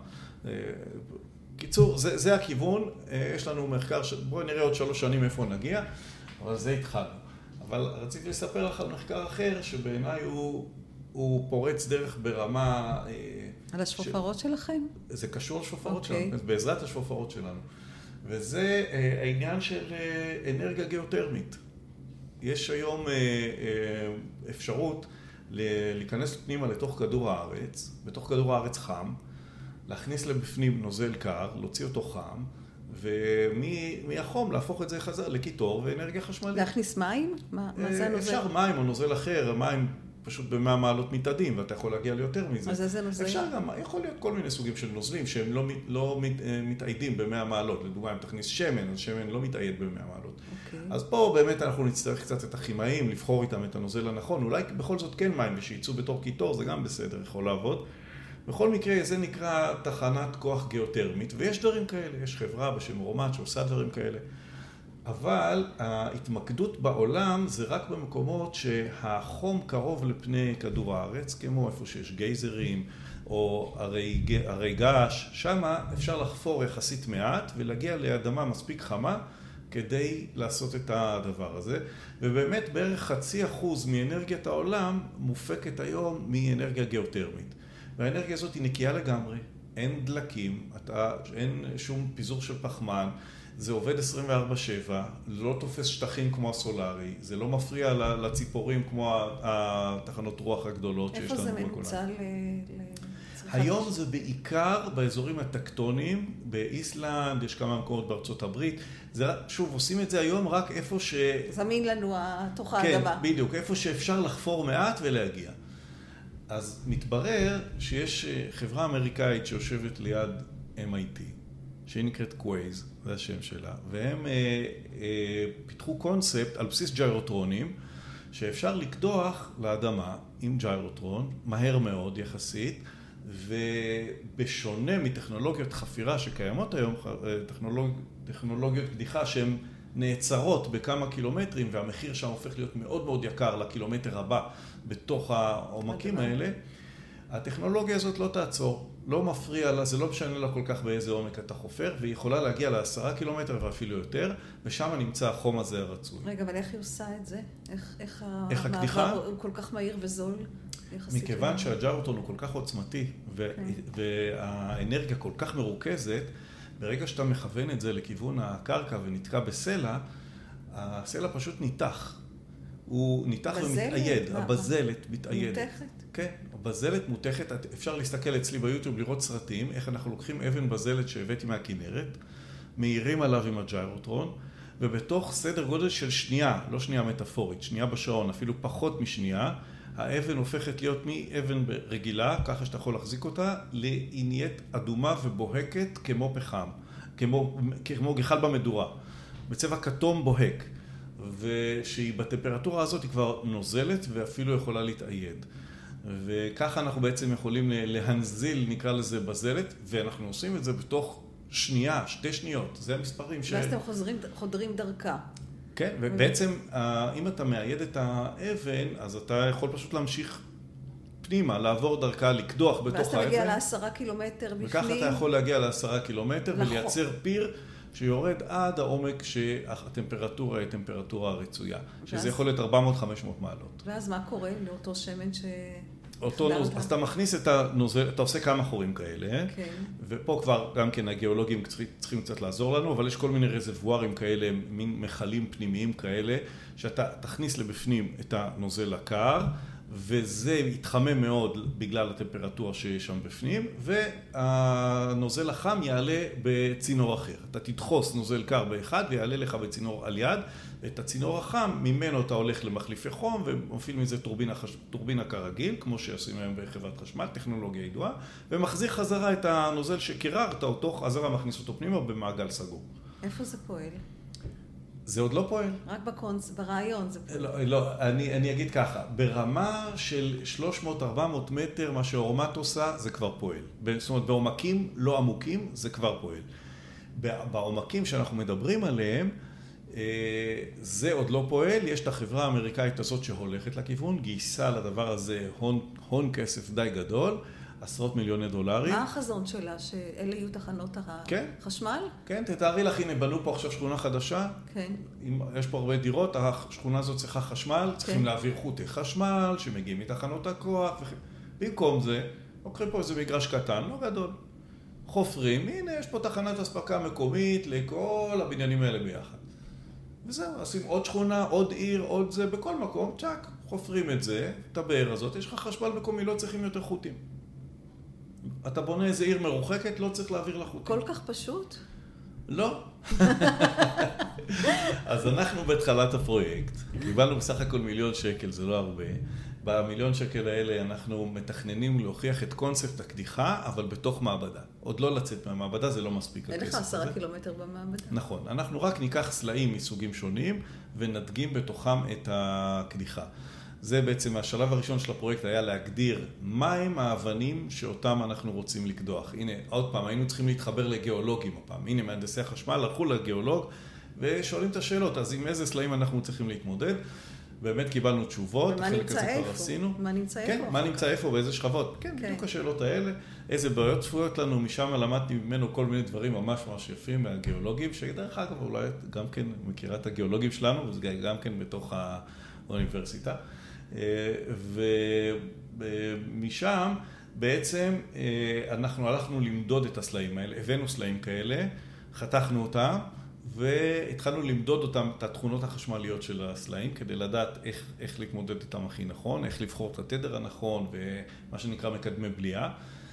קיצור, זה, זה הכיוון, יש לנו מחקר, ש... בואי נראה עוד שלוש שנים איפה נגיע, אבל זה התחלנו. אבל רציתי לספר לך על מחקר אחר, שבעיניי הוא, הוא פורץ דרך ברמה... על השפופרות ש... שלכם? זה קשור לשפופרות okay. שלנו, בעזרת השפופרות שלנו. וזה העניין של אנרגיה גיאותרמית. יש היום אפשרות להיכנס פנימה לתוך כדור הארץ, בתוך כדור הארץ חם, להכניס לבפנים נוזל קר, להוציא אותו חם, ומהחום להפוך את זה חזר לקיטור ואנרגיה חשמלית. להכניס מים? מה, מה זה הנוזל? אפשר מים או נוזל אחר, המים פשוט במאה מעלות מתאדים, ואתה יכול להגיע ליותר מזה. אז איזה נוזל? אפשר גם, יכול להיות כל מיני סוגים של נוזלים שהם לא, לא מתאיידים במאה מעלות. לדוגמה, אם תכניס שמן, אז שמן לא מתאייד במאה מעלות. Okay. אז פה באמת אנחנו נצטרך קצת את הכימאים, לבחור איתם את הנוזל הנכון. אולי בכל זאת כן מים, ושיצאו בתור קיטור, זה גם בסדר, יכול לעבוד. בכל מקרה, זה נקרא תחנת כוח גיאותרמית, ויש דברים כאלה, יש חברה בשם רומט שעושה דברים כאלה. אבל ההתמקדות בעולם זה רק במקומות שהחום קרוב לפני כדור הארץ, כמו איפה שיש גייזרים או הרי, הרי געש, שם אפשר לחפור יחסית מעט ולהגיע לאדמה מספיק חמה כדי לעשות את הדבר הזה. ובאמת בערך חצי אחוז מאנרגיית העולם מופקת היום מאנרגיה גיאותרמית. והאנרגיה הזאת היא נקייה לגמרי, אין דלקים, אתה, אין שום פיזור של פחמן, זה עובד עשרים וארבע שבע, לא תופס שטחים כמו הסולארי, זה לא מפריע לציפורים כמו התחנות רוח הגדולות שיש לנו בכל העולם. איפה זה מנוצל? היום זה בעיקר באזורים הטקטוניים, באיסלנד, יש כמה מקומות בארצות הברית. זה, שוב, עושים את זה היום רק איפה ש... זמין לנו תוך האדמה. כן, בדיוק, איפה שאפשר לחפור מעט ולהגיע. אז מתברר שיש חברה אמריקאית שיושבת ליד אם איי טי, שהיא נקראת קווייז, זה השם שלה, והם אה, אה, פיתחו קונספט על בסיס ג'יירוטרונים, שאפשר לקדוח לאדמה עם ג'יירוטרון, מהר מאוד יחסית, ובשונה מטכנולוגיות חפירה שקיימות היום, טכנולוג... טכנולוגיות קדיחה שהן נעצרות בכמה קילומטרים, והמחיר שם הופך להיות מאוד מאוד יקר לקילומטר הבא בתוך העומקים האלה, הטכנולוגיה הזאת לא תעצור, לא מפריע לה, זה לא משנה לה כל כך באיזה עומק אתה חופר, והיא יכולה להגיע לעשרה קילומטר ואפילו יותר, ושם נמצא החום הזה הרצוי. רגע, אבל איך היא עושה את זה? איך, איך, איך הקדיחה? המעבר הוא כל כך מהיר וזול? יחסית. מכיוון שהג'יירוטרון הוא כל כך עוצמתי, והאנרגיה כל כך מרוכזת, ברגע שאתה מכוון את זה לכיוון הקרקע ונתקע בסלע, הסלע פשוט ניתח. הוא ניתח ומתאייד, הבזלת מתאיידת. מותכת? כן, הבזלת מותכת, אפשר להסתכל אצלי ביוטיוב לראות סרטים, איך אנחנו לוקחים אבן בזלת שהבאתי מהכנרת, מאירים עליו עם הג'יירוטרון, ובתוך סדר גודל של שנייה, לא שנייה מטאפורית, שנייה בשעון, אפילו פחות משנייה, האבן הופכת להיות מאבן רגילה, ככה שאתה יכול להחזיק אותה, היא נהיית אדומה ובוהקת כמו פחם, כמו, כמו גחל במדורה, בצבע כתום בוהק, ושהיא בטמפרטורה הזאת היא כבר נוזלת ואפילו יכולה להתאייד. וככה אנחנו בעצם יכולים להנזיל, נקרא לזה בזלת, ואנחנו עושים את זה בתוך שנייה, שתי שניות, זה המספרים ש... ואז אתם חוזרים, חודרים דרכה. כן, ובעצם אם אתה מאייד את האבן, אז אתה יכול פשוט להמשיך פנימה, לעבור דרכה, לקדוח בתוך האבן. ואז אתה מגיע לעשרה קילומטר בפנים. וככה אתה יכול להגיע לעשרה קילומטר ולייצר פיר שיורד עד העומק שהטמפרטורה היא טמפרטורה הרצויה, שזה יכול להיות ארבע מאות עד חמש מאות מעלות. ואז מה קורה לאותו שמן ש... אותו נוזל, אז אתה מכניס את הנוזל, אתה עושה כמה חורים כאלה, כן. ופה כבר גם כן הגיאולוגים צריכים קצת לעזור לנו, אבל יש כל מיני רזרבוארים כאלה, מין מכלים פנימיים כאלה, שאתה תכניס לבפנים את הנוזל הקר, וזה יתחמם מאוד בגלל הטמפרטורה שיש שם בפנים, והנוזל החם יעלה בצינור אחר. אתה תדחוס נוזל קר באחד ויעלה לך בצינור על יד, ואת הצינור החם ממנו אתה הולך למחליפי חום, ומפעיל מזה טורבינה, טורבינה כרגיל, כמו שעושים היום בחברת חשמל, טכנולוגיה ידועה, ומחזיר חזרה את הנוזל שקיררת אותו, חזרה מכניס אותו פנימה במעגל סגור. איפה זה פועל? זה עוד לא פועל. רק בקונס, ברעיון זה פועל. לא, לא, אני, אני אגיד ככה, ברמה של שלוש מאות עד ארבע מאות מטר, מה שאורמט עושה, זה כבר פועל. זאת אומרת, בעומקים לא עמוקים, זה כבר פועל. בעומקים שאנחנו מדברים עליהם, זה עוד לא פועל, יש את החברה האמריקאית הזאת שהולכת לכיוון, גייסה לדבר הזה הון, הון כסף די גדול, עשרות מיליוני דולרים. מה החזון שלה? שאלה יהיו תחנות החשמל? כן, תתארי לך, הנה, בנו פה עכשיו שכונה חדשה. כן. יש פה הרבה דירות, השכונה הזאת צריכה חשמל, צריכים להעביר חוטי חשמל, שמגיעים מתחנות הכוח. במקום זה, לוקחים פה איזה מגרש קטן, לא גדול. חופרים, הנה, יש פה תחנת הספקה מקומית לכל הבניינים האלה ביחד. וזהו, עושים עוד שכונה, עוד עיר, עוד זה, בכל מקום, צ'ק, חופרים את זה, את הבאר הזאת, יש לך חשמל מקומי, לא צריכים יותר חוטים. אתה בונה איזה עיר מרוחקת, לא צריך להעביר לחוטים. כל כך פשוט? לא. אז אנחנו בהתחלת הפרויקט, קיבלנו בסך הכל מיליון שקל, זה לא הרבה. במיליון שקל האלה אנחנו מתכננים להוכיח את קונספט הקדיחה, אבל בתוך מעבדה. עוד לא לצאת מהמעבדה, זה לא מספיק. אין לך עשרה קילומטר במעבדה. נכון. אנחנו רק ניקח סלעים מסוגים שונים, ונדגים בתוכם את הקדיחה. זה בעצם השלב הראשון של הפרויקט היה להגדיר מהם האבנים שאותם אנחנו רוצים לקדוח. הנה, עוד פעם, היינו צריכים להתחבר לגיאולוגים הפעם. הנה, מהנדסי החשמל הלכו לגיאולוג ושואלים את השאלות. אז עם איזה סלעים אנחנו צריכים להתמודד? באמת קיבלנו תשובות, חלק הזה כבר עשינו. מה נמצא איפה? כן, מה נמצא איפה, באיזה שכבות. כן, בדיוק השאלות האלה. איזה בעיות צפויות לנו, משם למדתי ממנו כל מיני דברים ממש ממש יפים מהגיאולוגים, שדרך אגב אולי גם כן מכירה את הגיאולוגים שלנו, וזה גם כן בתוך האוניברסיטה. ומשם בעצם אנחנו הלכנו למדוד את הסלעים האלה, הבאנו סלעים כאלה, חתכנו אותם והתחלנו למדוד אותם, את התכונות החשמליות של הסלעים, כדי לדעת איך, איך להתמודד איתם הכי נכון, איך לבחור את התדר הנכון ומה שנקרא מקדמי בליעה.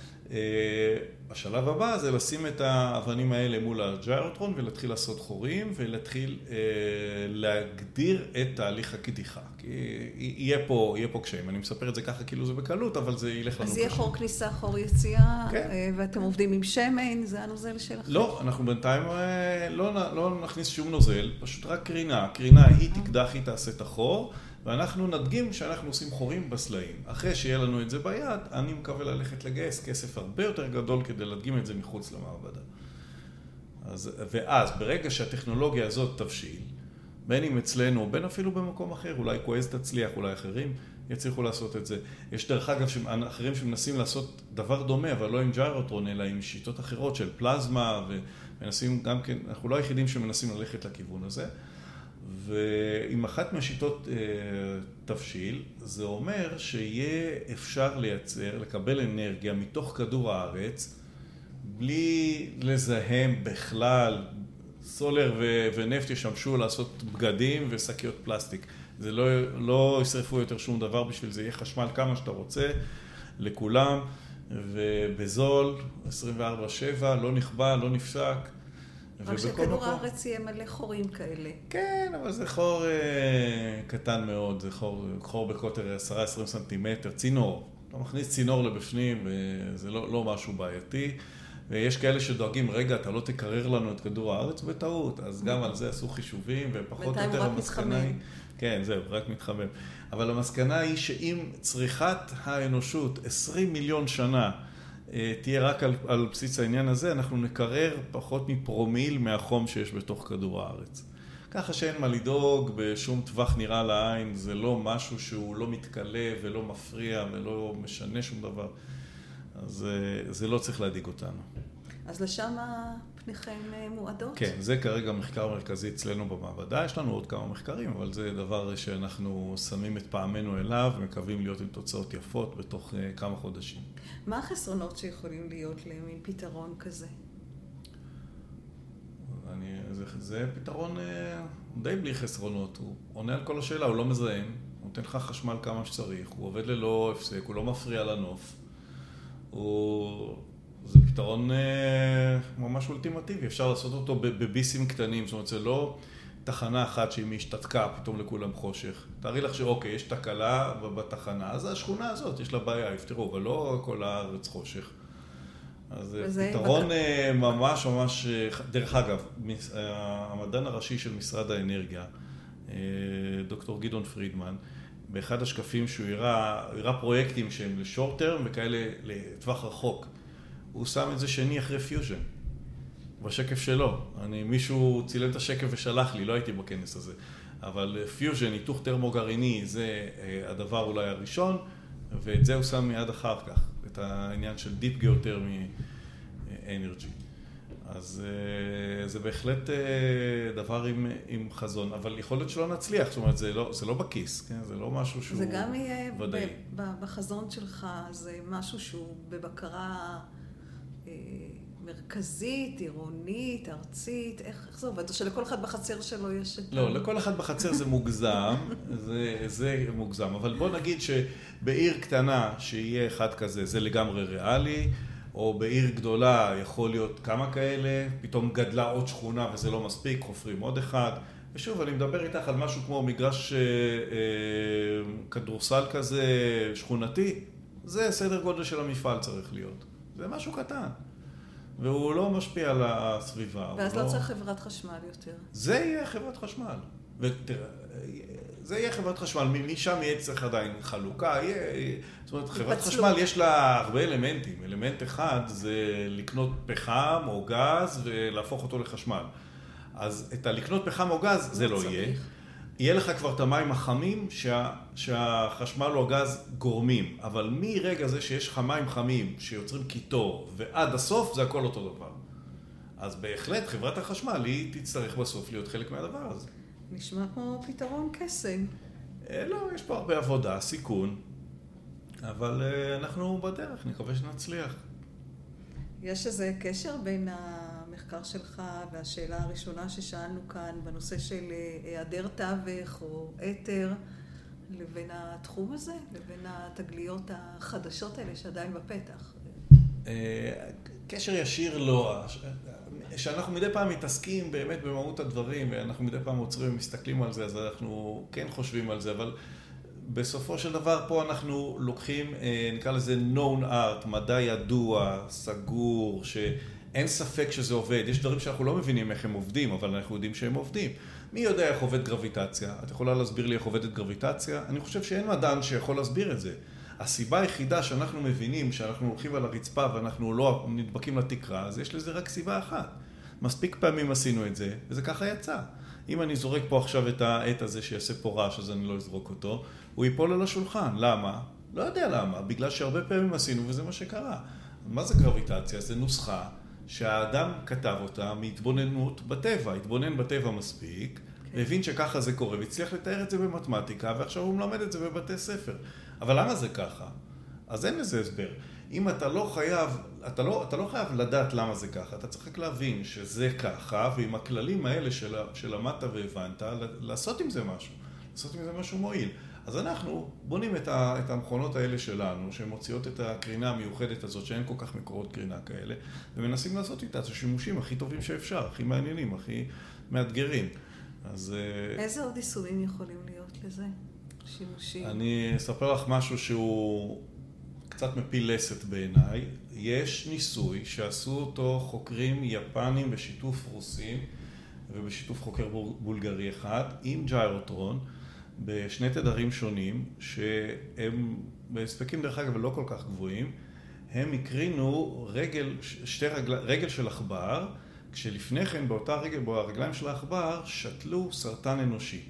השלב הבא זה לשים את האבנים האלה מול הג'יירוטרון ולהתחיל לעשות חורים ולהתחיל אה, להגדיר את תהליך הקדיחה. כי יהיה פה, יהיה פה קשיים. אני מספר את זה ככה כאילו זה בקלות, אבל זה ילך לנו אז קשה. יהיה חור כניסה, חור יציאה, כן. ואתם עובדים עם שמן, זה הנוזל שלכם? לא, אנחנו בינתיים לא, לא נכניס שום נוזל, פשוט רק קרינה. קרינה היא תקדח, היא תעשה את החור. ואנחנו נדגים שאנחנו עושים חורים בסלעים. אחרי שיהיה לנו את זה ביד, אני מקווה ללכת לגייס כסף הרבה יותר גדול כדי להדגים את זה מחוץ למעבדה. אז, ואז, ברגע שהטכנולוגיה הזאת תבשיל, בין אם אצלנו, בין אפילו במקום אחר, אולי קווייז תצליח, אולי אחרים יצליחו לעשות את זה. יש דרך אגב אחרים שמנסים לעשות דבר דומה, אבל לא עם ג'יירוטרון, אלא עם שיטות אחרות של פלזמה, ומנסים גם כן, אנחנו לא היחידים שמנסים ללכת לכיוון הזה. ואם אחת מהשיטות תבשיל, זה אומר שיהיה אפשר לייצר, לקבל אנרגיה מתוך כדור הארץ, בלי לזהם בכלל. סולר ו- ונפט ישמשו לעשות בגדים ושקיות פלסטיק. זה לא, לא ישרפו יותר שום דבר בשביל זה, יהיה חשמל כמה שאתה רוצה, לכולם, ובזול, עשרים וארבע שבע, לא נכבה, לא נפסק. רק שכדור הארץ יהיה מלא חורים כאלה. כן, אבל זה חור אה, קטן מאוד, זה חור, חור בקוטר עשרה עשרים סנטימטר, צינור. אתה מכניס צינור לבפנים, וזה לא, לא משהו בעייתי. ויש כאלה שדואגים, רגע, אתה לא תקרר לנו את כדור הארץ בטעות, אז גם על זה עשו חישובים, ופחות או יותר המסקנה היא... כן, זהו, רק מתחמם. אבל המסקנה היא שאם צריכת האנושות עשרים מיליון שנה תהיה רק על, על בסיס העניין הזה, אנחנו נקרר פחות מפרומיל מהחום שיש בתוך כדור הארץ. ככה שאין מה לדאוג, בשום טווח נראה לעין, זה לא משהו שהוא לא מתקלה ולא מפריע ולא משנה שום דבר. אז זה לא צריך להדאיג אותנו. אז לשם פניכם מועדות? כן, זה כרגע מחקר מרכזי אצלנו במעבדה. יש לנו עוד כמה מחקרים, אבל זה דבר שאנחנו שמים את פעמנו אליו, ומקווים להיות עם תוצאות יפות בתוך כמה חודשים. מה החסרונות שיכולים להיות למין פתרון כזה? אני, זה, זה פתרון די בלי חסרונות. הוא עונה על כל השאלה, הוא לא מזהם, הוא נותן לך חשמל כמה שצריך, הוא עובד ללא הפסק, הוא לא מפריע לנוף. הוא... זה פתרון ממש אולטימטיבי, אפשר לעשות אותו בביסים קטנים, זאת אומרת, זה לא תחנה אחת שאם היא השתתקה, פתאום לכולם חושך. תארי לך שאוקיי, יש תקלה בתחנה, אז השכונה הזאת, יש לה בעיה, יפתרו, אבל לא כל הארץ חושך. אז זה פתרון בק... ממש ממש, דרך אגב, המדען הראשי של משרד האנרגיה, דוקטור גדעון פרידמן, באחד השקפים שהוא הראה, הראה פרויקטים שהם לשורט טרם וכאלה לטווח רחוק. הוא שם את זה שני אחרי פיוז'ן, בשקף שלו. אני, מישהו צילם את השקף ושלח לי, לא הייתי בכנס הזה. אבל פיוז'ן, היתוך טרמו-גרעיני, זה הדבר אולי הראשון, ואת זה הוא שם מיד אחר כך, את העניין של Deep Geothermy Energy. אז זה בהחלט דבר עם, עם חזון, אבל יכול להיות שלא נצליח, זאת אומרת, זה לא, זה לא בכיס, כן? זה לא משהו שהוא ודאי. זה גם יהיה ודאי. בחזון שלך, זה משהו שהוא בבקרה אה, מרכזית, עירונית, ארצית, איך, איך זה עובד? או שלכל אחד בחצר שלו יש את... לא, לכל אחד בחצר זה מוגזם, זה, זה מוגזם, אבל בוא נגיד שבעיר קטנה שיהיה אחד כזה, זה לגמרי ריאלי, או בעיר גדולה יכול להיות כמה כאלה, פתאום גדלה עוד שכונה וזה לא מספיק, חופרים עוד אחד. ושוב, אני מדבר איתך על משהו כמו מגרש אה, אה, כדורסל כזה שכונתי, זה סדר גודל של המפעל צריך להיות. זה משהו קטן, והוא לא משפיע על הסביבה. ואז לא לא צריך חברת חשמל יותר. זה יהיה חברת חשמל. ותראה, זה יהיה חברת חשמל, משם יהיה צריך עדיין חלוקה, יהיה, זאת אומרת, חברת חשמל יש לה הרבה אלמנטים. אלמנט אחד זה לקנות פחם או גז ולהפוך אותו לחשמל. אז את הלקנות פחם או גז זה לא יהיה. יהיה לך כבר את המים החמים שה, שהחשמל או הגז גורמים, אבל מרגע זה שיש לך מים חמים שיוצרים קיטור ועד הסוף זה הכל אותו דבר. אז בהחלט חברת החשמל היא תצטרך בסוף להיות חלק מהדבר הזה. נשמע כמו פתרון קסם. לא, יש פה הרבה עבודה, סיכון, אבל אנחנו בדרך, נקווה שנצליח. יש איזה קשר בין המחקר שלך והשאלה הראשונה ששאלנו כאן בנושא של היעדר תווך או אתר לבין התחום הזה, לבין התגליות החדשות האלה שעדיין בפתח? קשר ישיר לא. שאנחנו מדי פעם מתעסקים באמת במהות הדברים, ואנחנו מדי פעם עוצרים ומסתכלים על זה, אז אנחנו כן חושבים על זה, אבל בסופו של דבר פה אנחנו לוקחים, נקרא לזה known art, מדע ידוע, סגור, שאין ספק שזה עובד. יש דברים שאנחנו לא מבינים איך הם עובדים, אבל אנחנו יודעים שהם עובדים. מי יודע איך עובד גרביטציה? את יכולה להסביר לי איך עובדת גרביטציה? אני חושב שאין מדען שיכול להסביר את זה. הסיבה היחידה שאנחנו מבינים שאנחנו הולכים על הרצפה ואנחנו לא נדבקים לתקרה, אז יש לזה רק סיבה אחת. מספיק פעמים עשינו את זה, וזה ככה יצא. אם אני זורק פה עכשיו את העט הזה שיעשה פה רעש, אז אני לא אזרוק אותו, הוא ייפול על השולחן. למה? לא יודע למה, בגלל שהרבה פעמים עשינו וזה מה שקרה. מה זה גרביטציה? זה נוסחה שהאדם כתב אותה מהתבוננות בטבע, התבונן בטבע מספיק, והבין שככה זה קורה, והצליח לתאר את זה במתמטיקה, ועכשיו הוא מלמד את זה בבתי ספר. אבל למה זה ככה? אז אין לזה הסבר. אם אתה לא חייב, אתה לא, אתה לא חייב לדעת למה זה ככה, אתה צריך רק להבין שזה ככה, ועם הכללים האלה של, שלמדת והבנת, לעשות עם זה משהו, לעשות עם זה משהו מועיל. אז אנחנו בונים את, ה, את המכונות האלה שלנו, שהן מוציאות את הקרינה המיוחדת הזאת, שאין כל כך מקורות קרינה כאלה, ומנסים לעשות איתה את השימושים הכי טובים שאפשר, הכי מעניינים, הכי מאתגרים. אז... איזה עוד יישומים יכולים להיות לזה? שימושים? אני אספר לך משהו שהוא קצת מפיל לסת בעיניי. יש ניסוי שעשו אותו חוקרים יפנים בשיתוף רוסים, ובשיתוף חוקר בולגרי אחד, עם ג'יירוטרון, בשני תדרים שונים, שהם בהספקים דרך אגב לא כל כך גבוהים, הם הקרינו רגל, שתי רגל, רגל של עכבר, כשלפני כן באותה רגל, ברגליים של העכבר, שתלו סרטן אנושי.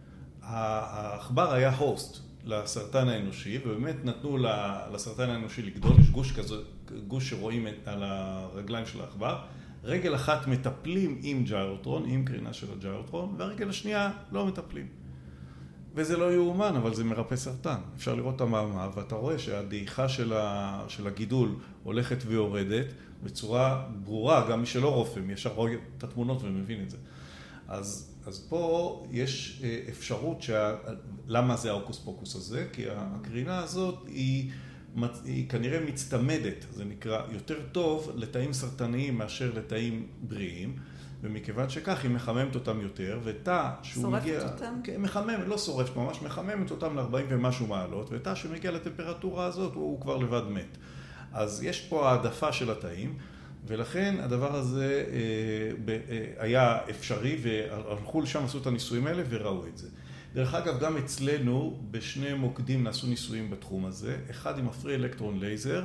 העכבר היה הוסט לסרטן האנושי, ובאמת נתנו לסרטן האנושי לגדול, יש גוש כזה, גוש שרואים על הרגליים של העכבר, רגל אחת מטפלים עם ג'יירוטרון, עם קרינה של הג'יירוטרון, והרגל השנייה לא מטפלים. וזה לא יאומן, אבל זה מרפא סרטן. אפשר לראות את המאמר, ואתה רואה שהדעיכה של, ה, של הגידול הולכת ויורדת בצורה ברורה, גם מי שלא רופא, מי ישר רואה את התמונות ומבין את זה. אז, אז פה יש אפשרות, שה, למה זה האוקוס פוקוס הזה? כי הקרינה הזאת היא, היא כנראה מצטמדת, זה נקרא יותר טוב לתאים סרטניים מאשר לתאים בריאים, ומכיוון שכך היא מחממת אותם יותר, ותא שהוא מגיע... שורפת אותם? כן, מחממת, לא שורפת ממש, מחממת אותם ל-ארבעים ומשהו מעלות, ותא שמגיע לטמפרטורה הזאת הוא כבר לבד מת. אז יש פה העדפה של התאים, ולכן הדבר הזה אה, אה, היה אפשרי, והלכו לשם, עשו את הניסויים האלה וראו את זה. דרך אגב, גם אצלנו בשני מוקדים נעשו ניסויים בתחום הזה, אחד עם הפרי אלקטרון לייזר,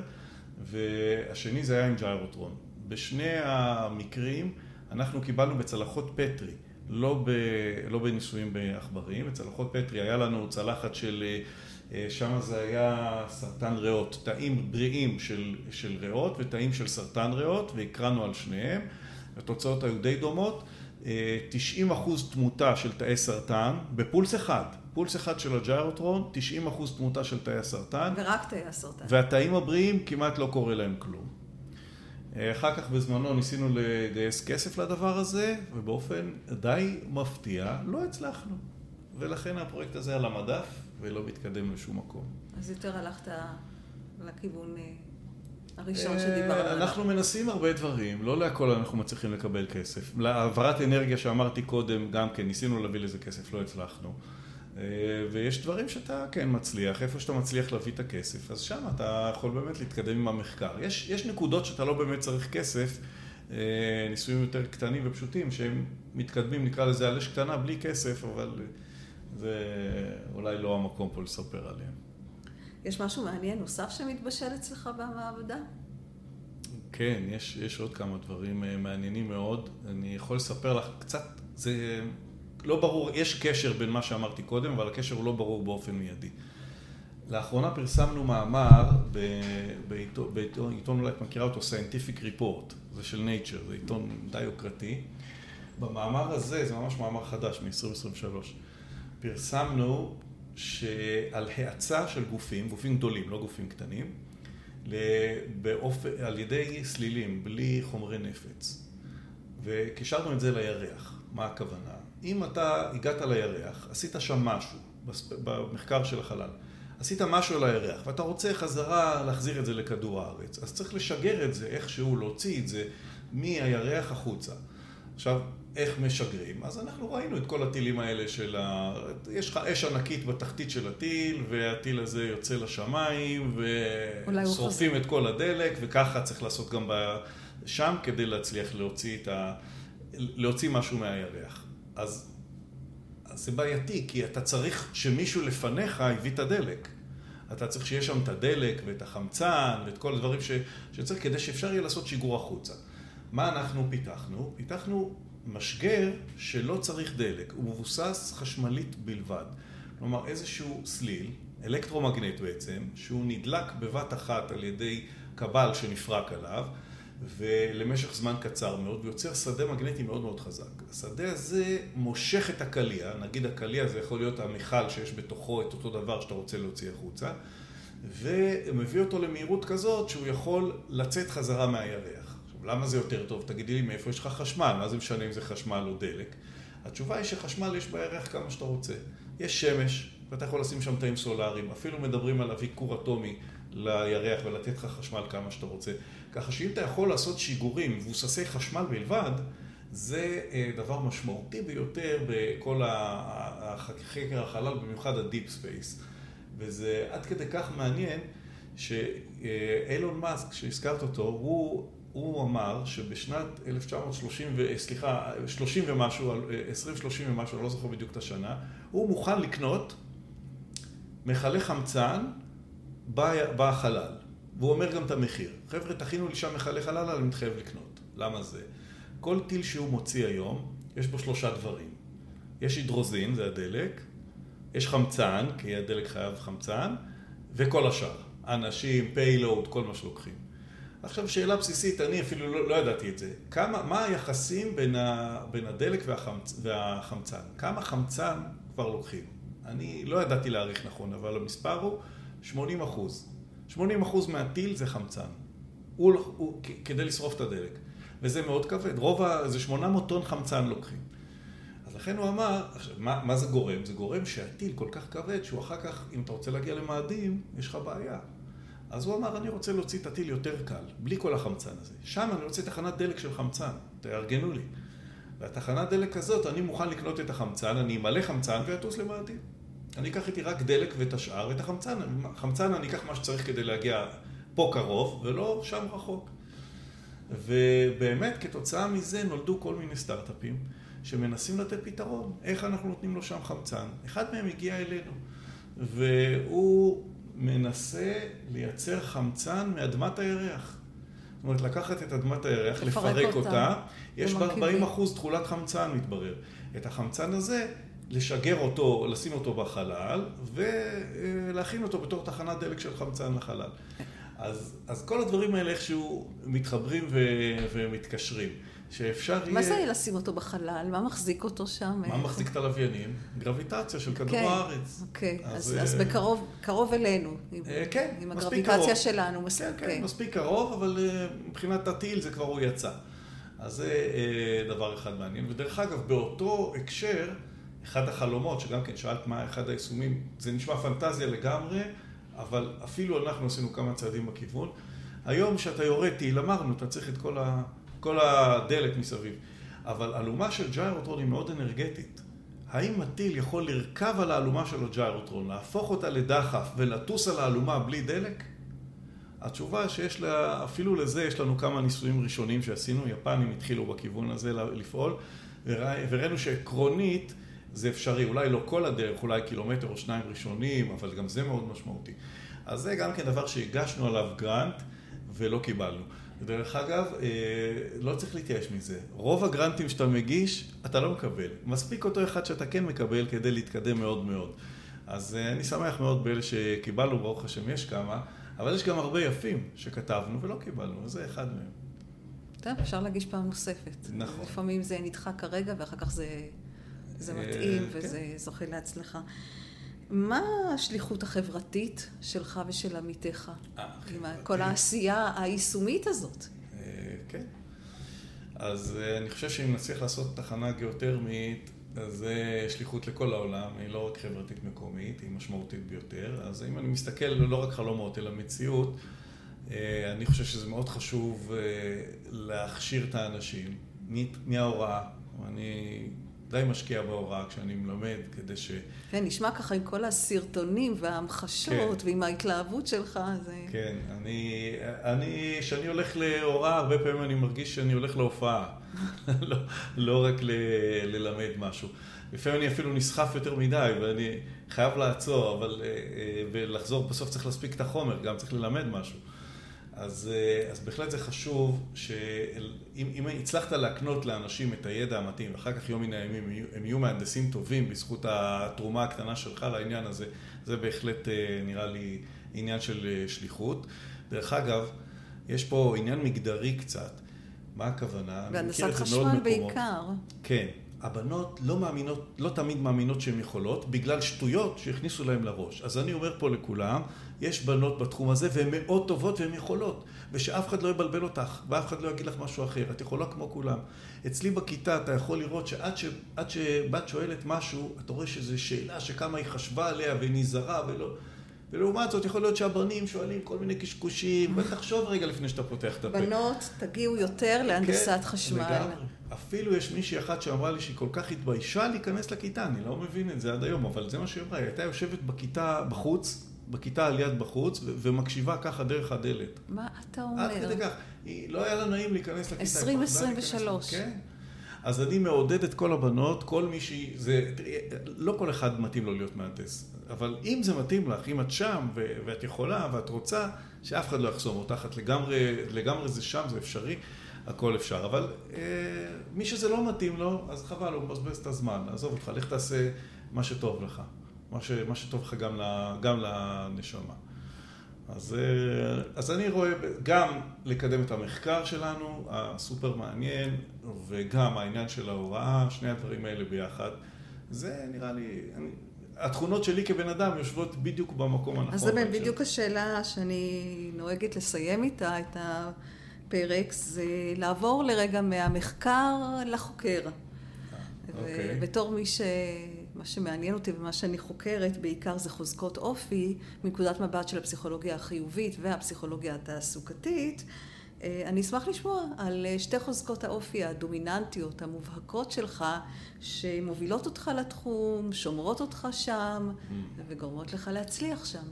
והשני זה היה עם ג'יירוטרון. בשני המקרים, אנחנו קיבלנו בצלחות פטרי, לא, ב, לא בניסויים בעכברים, בצלחות פטרי היה לנו צלחת של, שם זה היה סרטן ריאות, תאים בריאים של, של ריאות ותאים של סרטן ריאות, והקרנו על שניהם, התוצאות היו די דומות, תשעים אחוז תמותה של תאי סרטן, בפולס אחד, פולס אחד של הג'יירוטרון, תשעים אחוז תמותה של תאי הסרטן. ורק תאי הסרטן. והתאים הבריאים כמעט לא קורה להם כלום. אחר כך בזמנו ניסינו לגייס כסף לדבר הזה, ובאופן די מפתיע לא הצלחנו. ולכן הפרויקט הזה על המדף, ולא מתקדם לשום מקום. אז יותר הלכת לכיוון הראשון שדיברנו עליו. אנחנו מנסים הרבה דברים, לא להכל אנחנו מצליחים לקבל כסף. להעברת אנרגיה שאמרתי קודם, גם כן, ניסינו להביא לזה כסף, לא הצלחנו. ויש דברים שאתה כן מצליח, איפה שאתה מצליח להביא את הכסף, אז שם אתה יכול באמת להתקדם עם המחקר. יש, יש נקודות שאתה לא באמת צריך כסף, ניסויים יותר קטנים ופשוטים, שהם מתקדמים, נקרא לזה על אש קטנה, בלי כסף, אבל זה אולי לא המקום פה לספר עליהם. יש משהו מעניין נוסף שמתבשל אצלך במעבדה? כן, יש, יש עוד כמה דברים מעניינים מאוד. אני יכול לספר לך קצת, זה... לא ברור, יש קשר בין מה שאמרתי קודם, אבל הקשר הוא לא ברור באופן מיידי. לאחרונה פרסמנו מאמר בעיתון, בעיתון, עיתון אולי את מכירה אותו, Scientific Report, זה של Nature, זה עיתון די יוקרתי. במאמר הזה, זה ממש מאמר חדש מ-עשרים עשרים ושלוש, פרסמנו שעל האצה של גופים, גופים גדולים, לא גופים קטנים, באופן, על ידי סלילים, בלי חומרי נפץ. וקישרנו את זה לירח. מה הכוונה? אם אתה הגעת לירח, עשית שם משהו, במחקר של החלל, עשית משהו על הירח, ואתה רוצה חזרה להחזיר את זה לכדור הארץ, אז צריך לשגר את זה איכשהו, להוציא את זה מהירח החוצה. עכשיו, איך משגרים? אז אנחנו ראינו את כל הטילים האלה של ה... יש לך אש ענקית בתחתית של הטיל, והטיל הזה יוצא לשמיים, ושורפים את כל הדלק, וככה צריך לעשות גם שם, כדי להצליח להוציא, את ה... להוציא משהו מהירח. אז, אז זה בעייתי, כי אתה צריך שמישהו לפניך יביא את הדלק. אתה צריך שיש שם את הדלק ואת החמצן ואת כל הדברים ש... שצריך כדי שאפשר יהיה לעשות שיגור החוצה. מה אנחנו פיתחנו? פיתחנו משגר שלא צריך דלק, הוא מבוסס חשמלית בלבד. כלומר, איזשהו סליל, אלקטרומגנט בעצם, שהוא נדלק בבת אחת על ידי קבל שנפרק עליו, ולמשך זמן קצר מאוד, ויוצר שדה מגנטי מאוד מאוד חזק. השדה הזה מושך את הקליע, נגיד הקליע זה יכול להיות המכל שיש בתוכו את אותו דבר שאתה רוצה להוציא החוצה, ומביא אותו למהירות כזאת שהוא יכול לצאת חזרה מהירח. עכשיו, למה זה יותר טוב? תגידי לי מאיפה יש לך חשמל, מה זה משנה אם זה חשמל או דלק? התשובה היא שחשמל יש בירח כמה שאתה רוצה. יש שמש, ואתה יכול לשים שם תאים סולאריים, אפילו מדברים על להביא כור אטומי לירח ולתת לך חשמל כמה שאתה רוצה. ככה שאם אתה יכול לעשות שיגורים מבוססי חשמל בלבד, זה דבר משמעותי ביותר בכל החקר החלל, במיוחד הדיפ ספייס. וזה עד כדי כך מעניין שאילון מאסק, שהזכרת אותו, הוא, הוא אמר שבשנת אלף תשע מאות שלושים, סליחה, שלושים ומשהו, עשרים שלושים ומשהו, אני לא זוכר בדיוק את השנה, הוא מוכן לקנות מכלי חמצן בחלל. והוא אומר גם את המחיר. חבר'ה, תכינו לי שם מכלי חלל, אני מתחייב לקנות. למה זה? כל טיל שהוא מוציא היום, יש בו שלושה דברים. יש הידרוזין, זה הדלק, יש חמצן, כי הדלק חייב חמצן, וכל השאר. אנשים, פיילוד, כל מה שלוקחים. עכשיו, שאלה בסיסית, אני אפילו לא, לא ידעתי את זה. כמה, מה היחסים בין, ה, בין הדלק והחמצ, והחמצן? כמה חמצן כבר לוקחים? אני לא ידעתי להעריך נכון, אבל המספר הוא שמונים אחוז. שמונים אחוז מהטיל זה חמצן. הוא, הוא, כדי לשרוף את הדלק. וזה מאוד כבד. רוב ה... זה שמונה מאות טון חמצן לוקחים. אז לכן הוא אמר, עכשיו, מה, מה זה גורם? זה גורם שהטיל כל כך כבד, שהוא אחר כך, אם אתה רוצה להגיע למאדים, יש לך בעיה. אז הוא אמר, אני רוצה להוציא את הטיל יותר קל, בלי כל החמצן הזה. שם אני רוצה תחנת דלק של חמצן, תארגנו לי. והתחנת דלק הזאת, אני מוכן לקנות את החמצן, אני אמלא חמצן ואטוס למאדים. אני אקח איתי רק דלק ואת השאר, ואת החמצן. חמצן אני אקח מה שצריך כדי להגיע פה קרוב, ולא שם רחוק. ובאמת, כתוצאה מזה נולדו כל מיני סטארט-אפים, שמנסים לתת פתרון. איך אנחנו נותנים לו שם חמצן? אחד מהם הגיע אלינו, והוא מנסה לייצר חמצן מאדמת הירח. זאת אומרת, לקחת את אדמת הירח, לפרק אותה, יש בה ארבעים אחוז תכולת חמצן, מתברר. את החמצן הזה, לשגר אותו, לשים אותו בחלל, ולהכין אותו בתור תחנת דלק של חמצן לחלל. אז, אז כל הדברים האלה איכשהו מתחברים ו, ומתקשרים. שאפשר יהיה... מה זה לשים אותו בחלל? מה מחזיק אותו שם? מה מחזיק את הלוויינים? גרביטציה של כדור הארץ. אוקיי, אז, אז בקרוב, קרוב אלינו. כן, עם מספיק הגרביטציה קרוב. שלנו. מספיק, כן, כן, מספיק קרוב, אבל מבחינת הטיל זה כבר הוא יצא. אז זה דבר אחד מעניין. ודרך אגב, באותו הקשר, אחד החלומות, שגם כן שאלת מה אחד היישומים, זה נשמע פנטזיה לגמרי, אבל אפילו אנחנו עשינו כמה צעדים בכיוון. היום שאתה יורד טיל, אמרנו, אתה צריך את כל ה... כל הדלק מסביב. אבל אלומה של ג'יירוטרון היא מאוד אנרגטית. האם הטיל יכול לרכב על האלומה של הג'יירוטרון, להפוך אותה לדחף ולטוס על האלומה בלי דלק? התשובה שיש לה, אפילו לזה יש לנו כמה ניסויים ראשונים שעשינו, יפנים התחילו בכיוון הזה לפעול, וראינו שעקרונית זה אפשרי, אולי לא כל הדרך, אולי קילומטר או שניים ראשונים, אבל גם זה מאוד משמעותי. אז זה גם כן דבר שהגשנו עליו גרנט ולא קיבלנו. דרך אגב, לא צריך להתייאש מזה. רוב הגרנטים שאתה מגיש, אתה לא מקבל. מספיק אותו אחד שאתה כן מקבל כדי להתקדם מאוד מאוד. אז אני שמח מאוד באלה שקיבלנו, ברוך השם יש כמה, אבל יש גם הרבה יפים שכתבנו ולא קיבלנו, אז זה אחד מהם. טוב, אפשר להגיש פעם נוספת. נכון. לפעמים זה נדחה כרגע, ואחר כך זה, זה מתאים וזה זוכה להצלחה. מה השליחות החברתית שלך ושל עמיתך? עם כל העשייה היישומית הזאת? כן. אז אני חושב שאם נצליח לעשות תחנה גיאותרמית, אז זה שליחות לכל העולם, היא לא רק חברתית מקומית, היא משמעותית ביותר. אז אם אני מסתכל לא רק חלומות, אלא מציאות, אני חושב שזה מאוד חשוב להכשיר את האנשים מההוראה. אני די משקיע בהוראה כשאני מלמד, כדי ש... כן, נשמע ככה עם כל הסרטונים וההמחשות, כן. ועם ההתלהבות שלך. זה... כן, אני, אני, כשאני הולך להוראה, הרבה פעמים אני מרגיש שאני הולך להופעה, לא, לא רק ל, ללמד משהו. לפעמים אני אפילו נסחף יותר מדי, ואני חייב לעצור, אבל, ולחזור, בסוף צריך להספיק את החומר, גם צריך ללמד משהו. אז, אז בהחלט זה חשוב שאם אם הצלחת להקנות לאנשים את הידע המתאים, ואחר כך יום מן הימים הם, הם יהיו מהנדסים טובים בזכות התרומה הקטנה שלך לעניין הזה, זה בהחלט נראה לי עניין של שליחות. דרך אגב, יש פה עניין מגדרי קצת. מה הכוונה? והנדסת חשמל בעיקר. כן. הבנות לא מאמינות, לא תמיד מאמינות שהן יכולות, בגלל שטויות שהכניסו להן לראש. אז אני אומר פה לכולם, יש בנות בתחום הזה, והן מאוד טובות והן יכולות. ושאף אחד לא יבלבל אותך, ואף אחד לא יגיד לך משהו אחר. את יכולה כמו כולם. אצלי בכיתה אתה יכול לראות שעד ש, עד שבת שואלת משהו, אתה רואה שזו שאלה שכמה היא חשבה עליה ונזהרה ולא... ולעומת זאת יכול להיות שהבנים שואלים כל מיני קשקושים, ותחשוב רגע לפני שאתה פותח את הפה. בנות תגיעו יותר להנדסת כן, חשמל. לגמרי. אפילו יש מישהי אחת שאמרה לי שהיא כל כך התביישה להיכנס לכיתה, אני לא מבין את זה עד היום, אבל זה מה שהיא אמרה, היא הייתה יושבת בכיתה בחוץ, בכיתה על יד בחוץ, ו- ומקשיבה ככה דרך הדלת. מה אתה אומר? עד כדי כך, היא, לא היה לה נעים להיכנס לכיתה. עשרים עשרים ושלוש. כן. אז אני מעודד את כל הבנות, כל מישהי, זה, לא כל אחד מתאים לו להיות מהנדס, אבל אם זה מתאים לך, אם את שם ו- ואת יכולה ואת רוצה, שאף אחד לא יחסום אותך, את לגמרי, לגמרי זה שם, זה אפשרי. הכל אפשר, אבל אה, מי שזה לא מתאים לו, אז חבל, הוא מבזבז את הזמן. עזוב אותך, לך תעשה מה שטוב לך. מה, ש, מה שטוב לך גם, ל, גם לנשמה. אז, אה, אז אני רואה גם לקדם את המחקר שלנו, הסופר מעניין, וגם העניין של ההוראה, שני הדברים האלה ביחד. זה נראה לי... אני, התכונות שלי כבן אדם יושבות בדיוק במקום הנכון. אז זה בדיוק השאלה שאני נוהגת לסיים איתה, את ה... פרק, זה לעבור לרגע מהמחקר לחוקר. אוקיי. ובתור מי ש... מה שמעניין אותי ומה שאני חוקרת בעיקר זה חוזקות אופי, מנקודת מבט של הפסיכולוגיה החיובית והפסיכולוגיה התעסוקתית, אני אשמח לשמוע על שתי חוזקות האופי הדומיננטיות, המובהקות שלך, שמובילות אותך לתחום, שומרות אותך שם, וגורמות לך להצליח שם.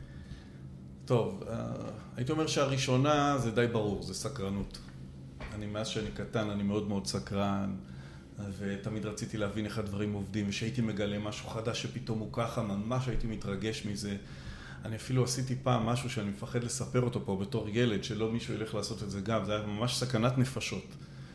טוב, הייתי אומר שהראשונה זה די ברור, זה סקרנות. אני מאז שאני קטן, אני מאוד מאוד סקרן, ותמיד רציתי להבין איך הדברים עובדים, ושהייתי מגלה משהו חדש שפתאום הוא ככה, ממש הייתי מתרגש מזה. אני אפילו עשיתי פעם משהו שאני מפחד לספר אותו פה בתור ילד, שלא מישהו ילך לעשות את זה גם, זה היה ממש סכנת נפשות.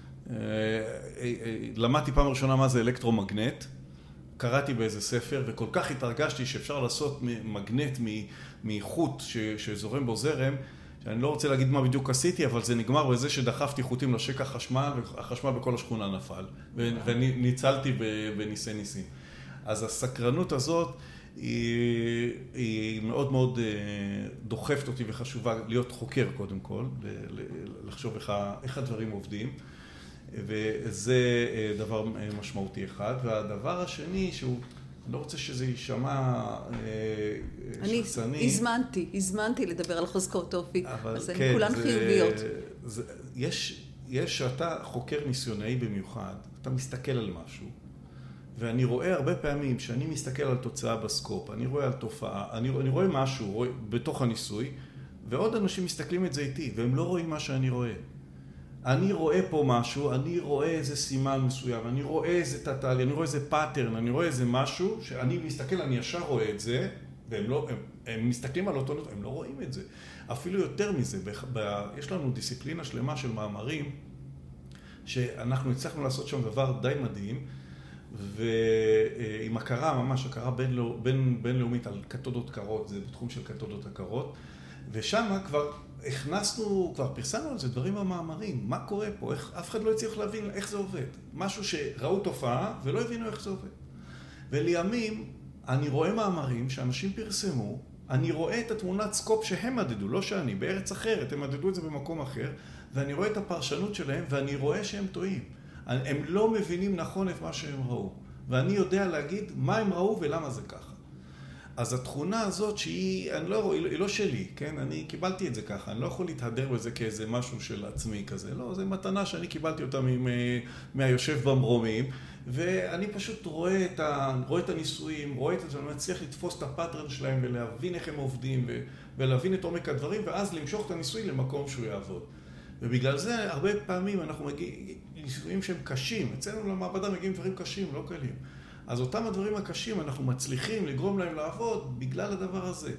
למדתי פעם ראשונה מה זה אלקטרומגנט, קראתי באיזה ספר, וכל כך התרגשתי שאפשר לעשות מגנט מחוט שזורם בו זרם, שאני לא רוצה להגיד מה בדיוק עשיתי, אבל זה נגמר בזה שדחפתי חוטים לשקע חשמל, והחשמל בכל השכונה נפל, וניצלתי בניסי ניסים. אז הסקרנות הזאת היא, היא מאוד מאוד דוחפת אותי וחשובה להיות חוקר קודם כל, לחשוב איך, איך הדברים עובדים. וזה דבר משמעותי אחד. והדבר השני, שהוא, אני לא רוצה שזה יישמע שחצני. אני הזמנתי, הזמנתי לדבר על חוזקות אופי, אז כן, כולן זה, חיוביות. זה, יש, יש שאתה חוקר ניסיונאי במיוחד, אתה מסתכל על משהו, ואני רואה הרבה פעמים שאני מסתכל על תוצאה בסקופ, אני רואה על תופעה, אני, אני רואה משהו רואה, בתוך הניסוי, ועוד אנשים מסתכלים את זה איתי, והם לא רואים מה שאני רואה. אני רואה פה משהו, אני רואה איזה סימן מסוים, אני רואה איזה תתלי, אני רואה איזה פאטרן, אני רואה איזה משהו, שאני מסתכל, אני ישר רואה את זה, והם לא, הם, הם מסתכלים על אותו, הם לא רואים את זה. אפילו יותר מזה, ב, ב, יש לנו דיסציפלינה שלמה של מאמרים, שאנחנו הצלחנו לעשות שם דבר די מדהים, ועם הכרה, ממש הכרה בינלא, בין, בינלאומית על קתודות קרות, זה בתחום של קתודות הקרות, ושם כבר הכנסנו, כבר פרסמנו על זה דברים במאמרים, מה קורה פה, איך, אף אחד לא הצליח להבין איך זה עובד. משהו שראו תופעה ולא הבינו איך זה עובד. ולימים אני רואה מאמרים שאנשים פרסמו, אני רואה את התמונת סקופ שהם מדדו, לא שאני, בארץ אחרת, הם מדדו את זה במקום אחר, ואני רואה את הפרשנות שלהם ואני רואה שהם טועים. הם לא מבינים נכון את מה שהם ראו, ואני יודע להגיד מה הם ראו ולמה זה ככה. אז התכונה הזאת שהיא, אני לא, היא לא שלי, כן? אני קיבלתי את זה ככה, אני לא יכול להתהדר בזה כאיזה משהו של עצמי כזה, לא, זו מתנה שאני קיבלתי אותה מהיושב במרומים, ואני פשוט רואה את, ה, רואה את הניסויים, רואה את זה, אני מצליח לתפוס את הפאטרן שלהם ולהבין איך הם עובדים, ולהבין את עומק הדברים, ואז למשוך את הניסוי למקום שהוא יעבוד. ובגלל זה הרבה פעמים אנחנו מגיעים, ניסויים שהם קשים, אצלנו למעבדה מגיעים דברים קשים, לא קלים. אז אותם הדברים הקשים אנחנו מצליחים לגרום להם לעבוד בגלל הדבר הזה,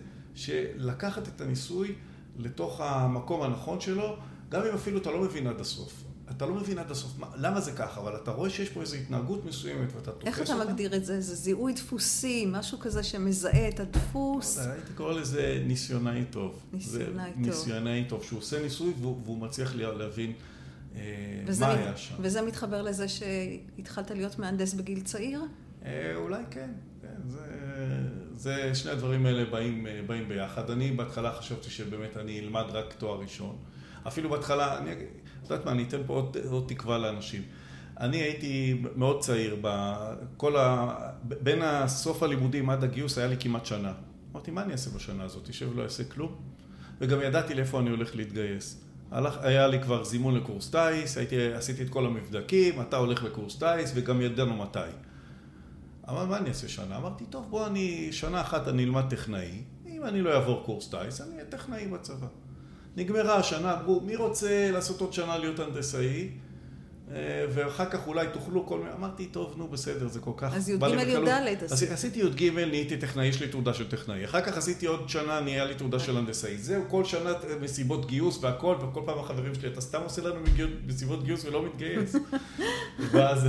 שלקחת את הניסוי לתוך המקום הנכון שלו, גם אם אפילו אתה לא מבין עד הסוף. אתה לא מבין עד הסוף למה זה ככה, אבל אתה רואה שיש פה איזו התנהגות מסוימת ואתה תופס אותה. איך אתה מגדיר את זה? זה זיהוי דפוסי, משהו כזה שמזהה את הדפוס? הייתי קורא לזה ניסיונאי טוב. ניסיונאי טוב. ניסיונאי טוב, שהוא עושה ניסוי והוא מצליח להבין וזה, מה היה שם. וזה מתחבר לזה שהתחלת להיות מהנדס בגיל צעיר? אולי כן. כן. זה, זה שני הדברים האלה באים, באים ביחד. אני בהתחלה חשבתי שבאמת אני אלמד רק תואר ראשון. אפילו בהתחלה, אני אגיד, את יודעת מה, אני אתן פה עוד, עוד תקווה לאנשים. אני הייתי מאוד צעיר, בכל ה... בין הסוף הלימודים עד הגיוס היה לי כמעט שנה. אמרתי, מה אני אעשה בשנה הזאת? ישב לא אעשה כלום. וגם ידעתי לאיפה אני הולך להתגייס. הלך, היה לי כבר זימון לקורס טייס, הייתי, עשיתי את כל המבדקים, אתה הולך לקורס טייס, וגם ידענו מתי. אבל מה אני אעשה שנה? אמרתי, טוב, בוא אני, שנה אחת אני אלמד טכנאי, אם אני לא אעבור קורס טייס, אני אהיה טכנאי בצבא. נגמרה השנה, אמרו, מי רוצה לעשות עוד שנה להיות הנדסאי? ואחר כך אולי תוכלו כל מיני, אמרתי, טוב, נו, בסדר, זה כל כך... אז י' ג' י' ד' עשיתי י' ג', נהייתי טכנאי, יש לי תעודה של טכנאי. אחר כך עשיתי עוד שנה, נהיה לי תעודה של הנדסאי. זהו, כל שנה מסיבות גיוס והכל, וכל פעם החברים שלי, אתה סתם עושה לנו מסיבות גיוס ולא מתגייס. ואז...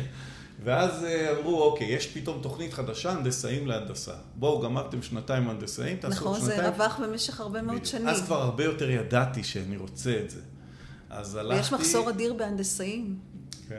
ואז אמרו, אוקיי, יש פתאום תוכנית חדשה, הנדסאים להנדסה. בואו, גמרתם שנתיים הנדסאים, תעשו נכון, שנתיים. נכון, זה רווח במשך הרבה מאוד שנים. אז כבר הרבה יותר ידעתי שאני רוצה את זה. אז הלכתי... ויש מחסור אדיר בהנדסאים. כן.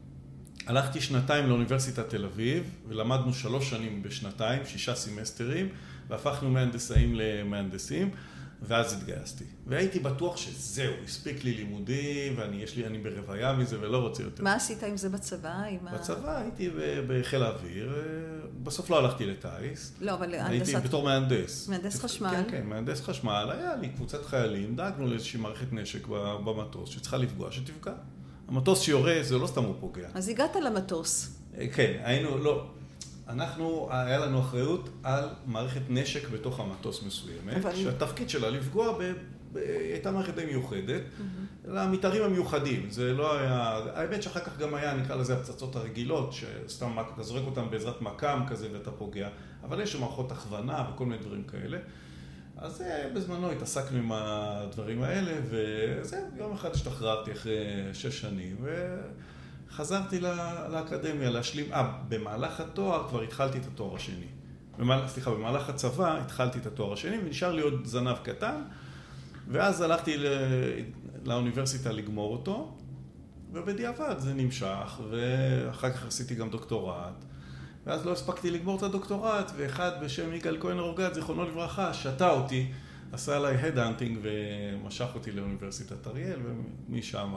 הלכתי שנתיים לאוניברסיטת תל אביב, ולמדנו שלוש שנים בשנתיים, שישה סמסטרים, והפכנו מהנדסאים למהנדסים, ואז התגייסתי. והייתי בטוח שזהו, הספיק לי לימודים, ואני יש לי, אני ברוויה מזה ולא רוצה יותר. מה עשית עם זה בצבא? בצבא הייתי בחיל האוויר, בסוף לא הלכתי לטייס. לא, אבל הייתי בתור מהנדס. מהנדס חשמל. כן, כן, מהנדס חשמל. היה לי קבוצת חיילים, דאגנו לאיזושהי מערכת נשק במטוס, שצריכה לפגוע, שתפגע. המטוס שיורה, זה לא סתם הוא פוגע. אז הגעת למטוס. כן, היינו, לא. אנחנו, היה לנו אחריות על מערכת נשק בתוך המטוס מסוימת, אבל... שהתפקיד שלה לפגוע ב... ב... הייתה מערכת די מיוחדת, mm-hmm. למתארים המיוחדים. זה לא היה... האמת שאחר כך גם היה, נקרא לזה, הפצצות הרגילות, שסתם אתה זורק אותם בעזרת מקם כזה ואתה פוגע, אבל יש מערכות הכוונה וכל מיני דברים כאלה. אז בזמנו התעסקנו עם הדברים האלה, וזהו, יום אחד השתחררתי אחרי שש שנים, ו... חזרתי לאקדמיה להשלים, אה, במהלך התואר כבר התחלתי את התואר השני. במהלך, סליחה, במהלך הצבא התחלתי את התואר השני, ונשאר לי עוד זנב קטן, ואז הלכתי לאוניברסיטה לגמור אותו, ובדיעבד זה נמשך, ואחר כך עשיתי גם דוקטורט, ואז לא הספקתי לגמור את הדוקטורט, ואחד בשם יגאל כהן אורגד, זיכרונו לברכה, שתה אותי, עשה עליי הדהנטינג ומשך אותי לאוניברסיטת אריאל, ומשם,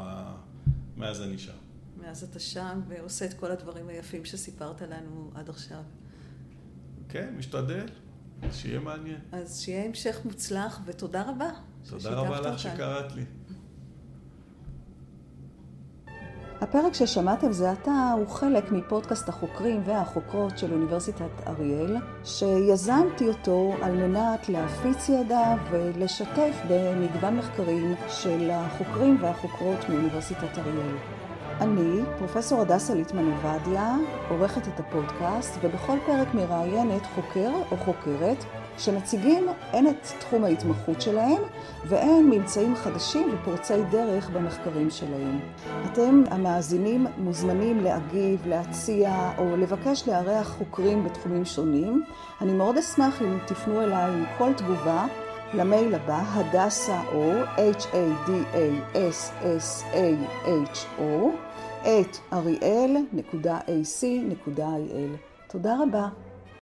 מאז אני שם. מאז אתה שם ועושה את כל הדברים היפים שסיפרת לנו עד עכשיו. כן, משתדל. שיהיה מעניין. אז שיהיה המשך מוצלח ותודה רבה. תודה רבה לך שקראת לי. הפרק ששמעתם זה עתה הוא חלק מפודקאסט החוקרים והחוקרות של אוניברסיטת אריאל, שיזמתי אותו על מנת להפיץ ידע ולשתף במגוון מחקרים של החוקרים והחוקרות מאוניברסיטת אריאל. אני, פרופסור הדסה ליטמן עובדיה, עורכת את הפודקאסט, ובכל פרק מראיינת חוקר או חוקרת שמציגים הן את תחום ההתמחות שלהם והן ממצאים חדשים ופורצי דרך במחקרים שלהם. אתם, המאזינים, מוזמנים להגיב, להציע או לבקש לארח חוקרים בתחומים שונים. אני מאוד אשמח אם תפנו אליי עם כל תגובה למייל הבא, הדסה או H A D A S S A H O at ariel dot a c dot i l. תודה רבה.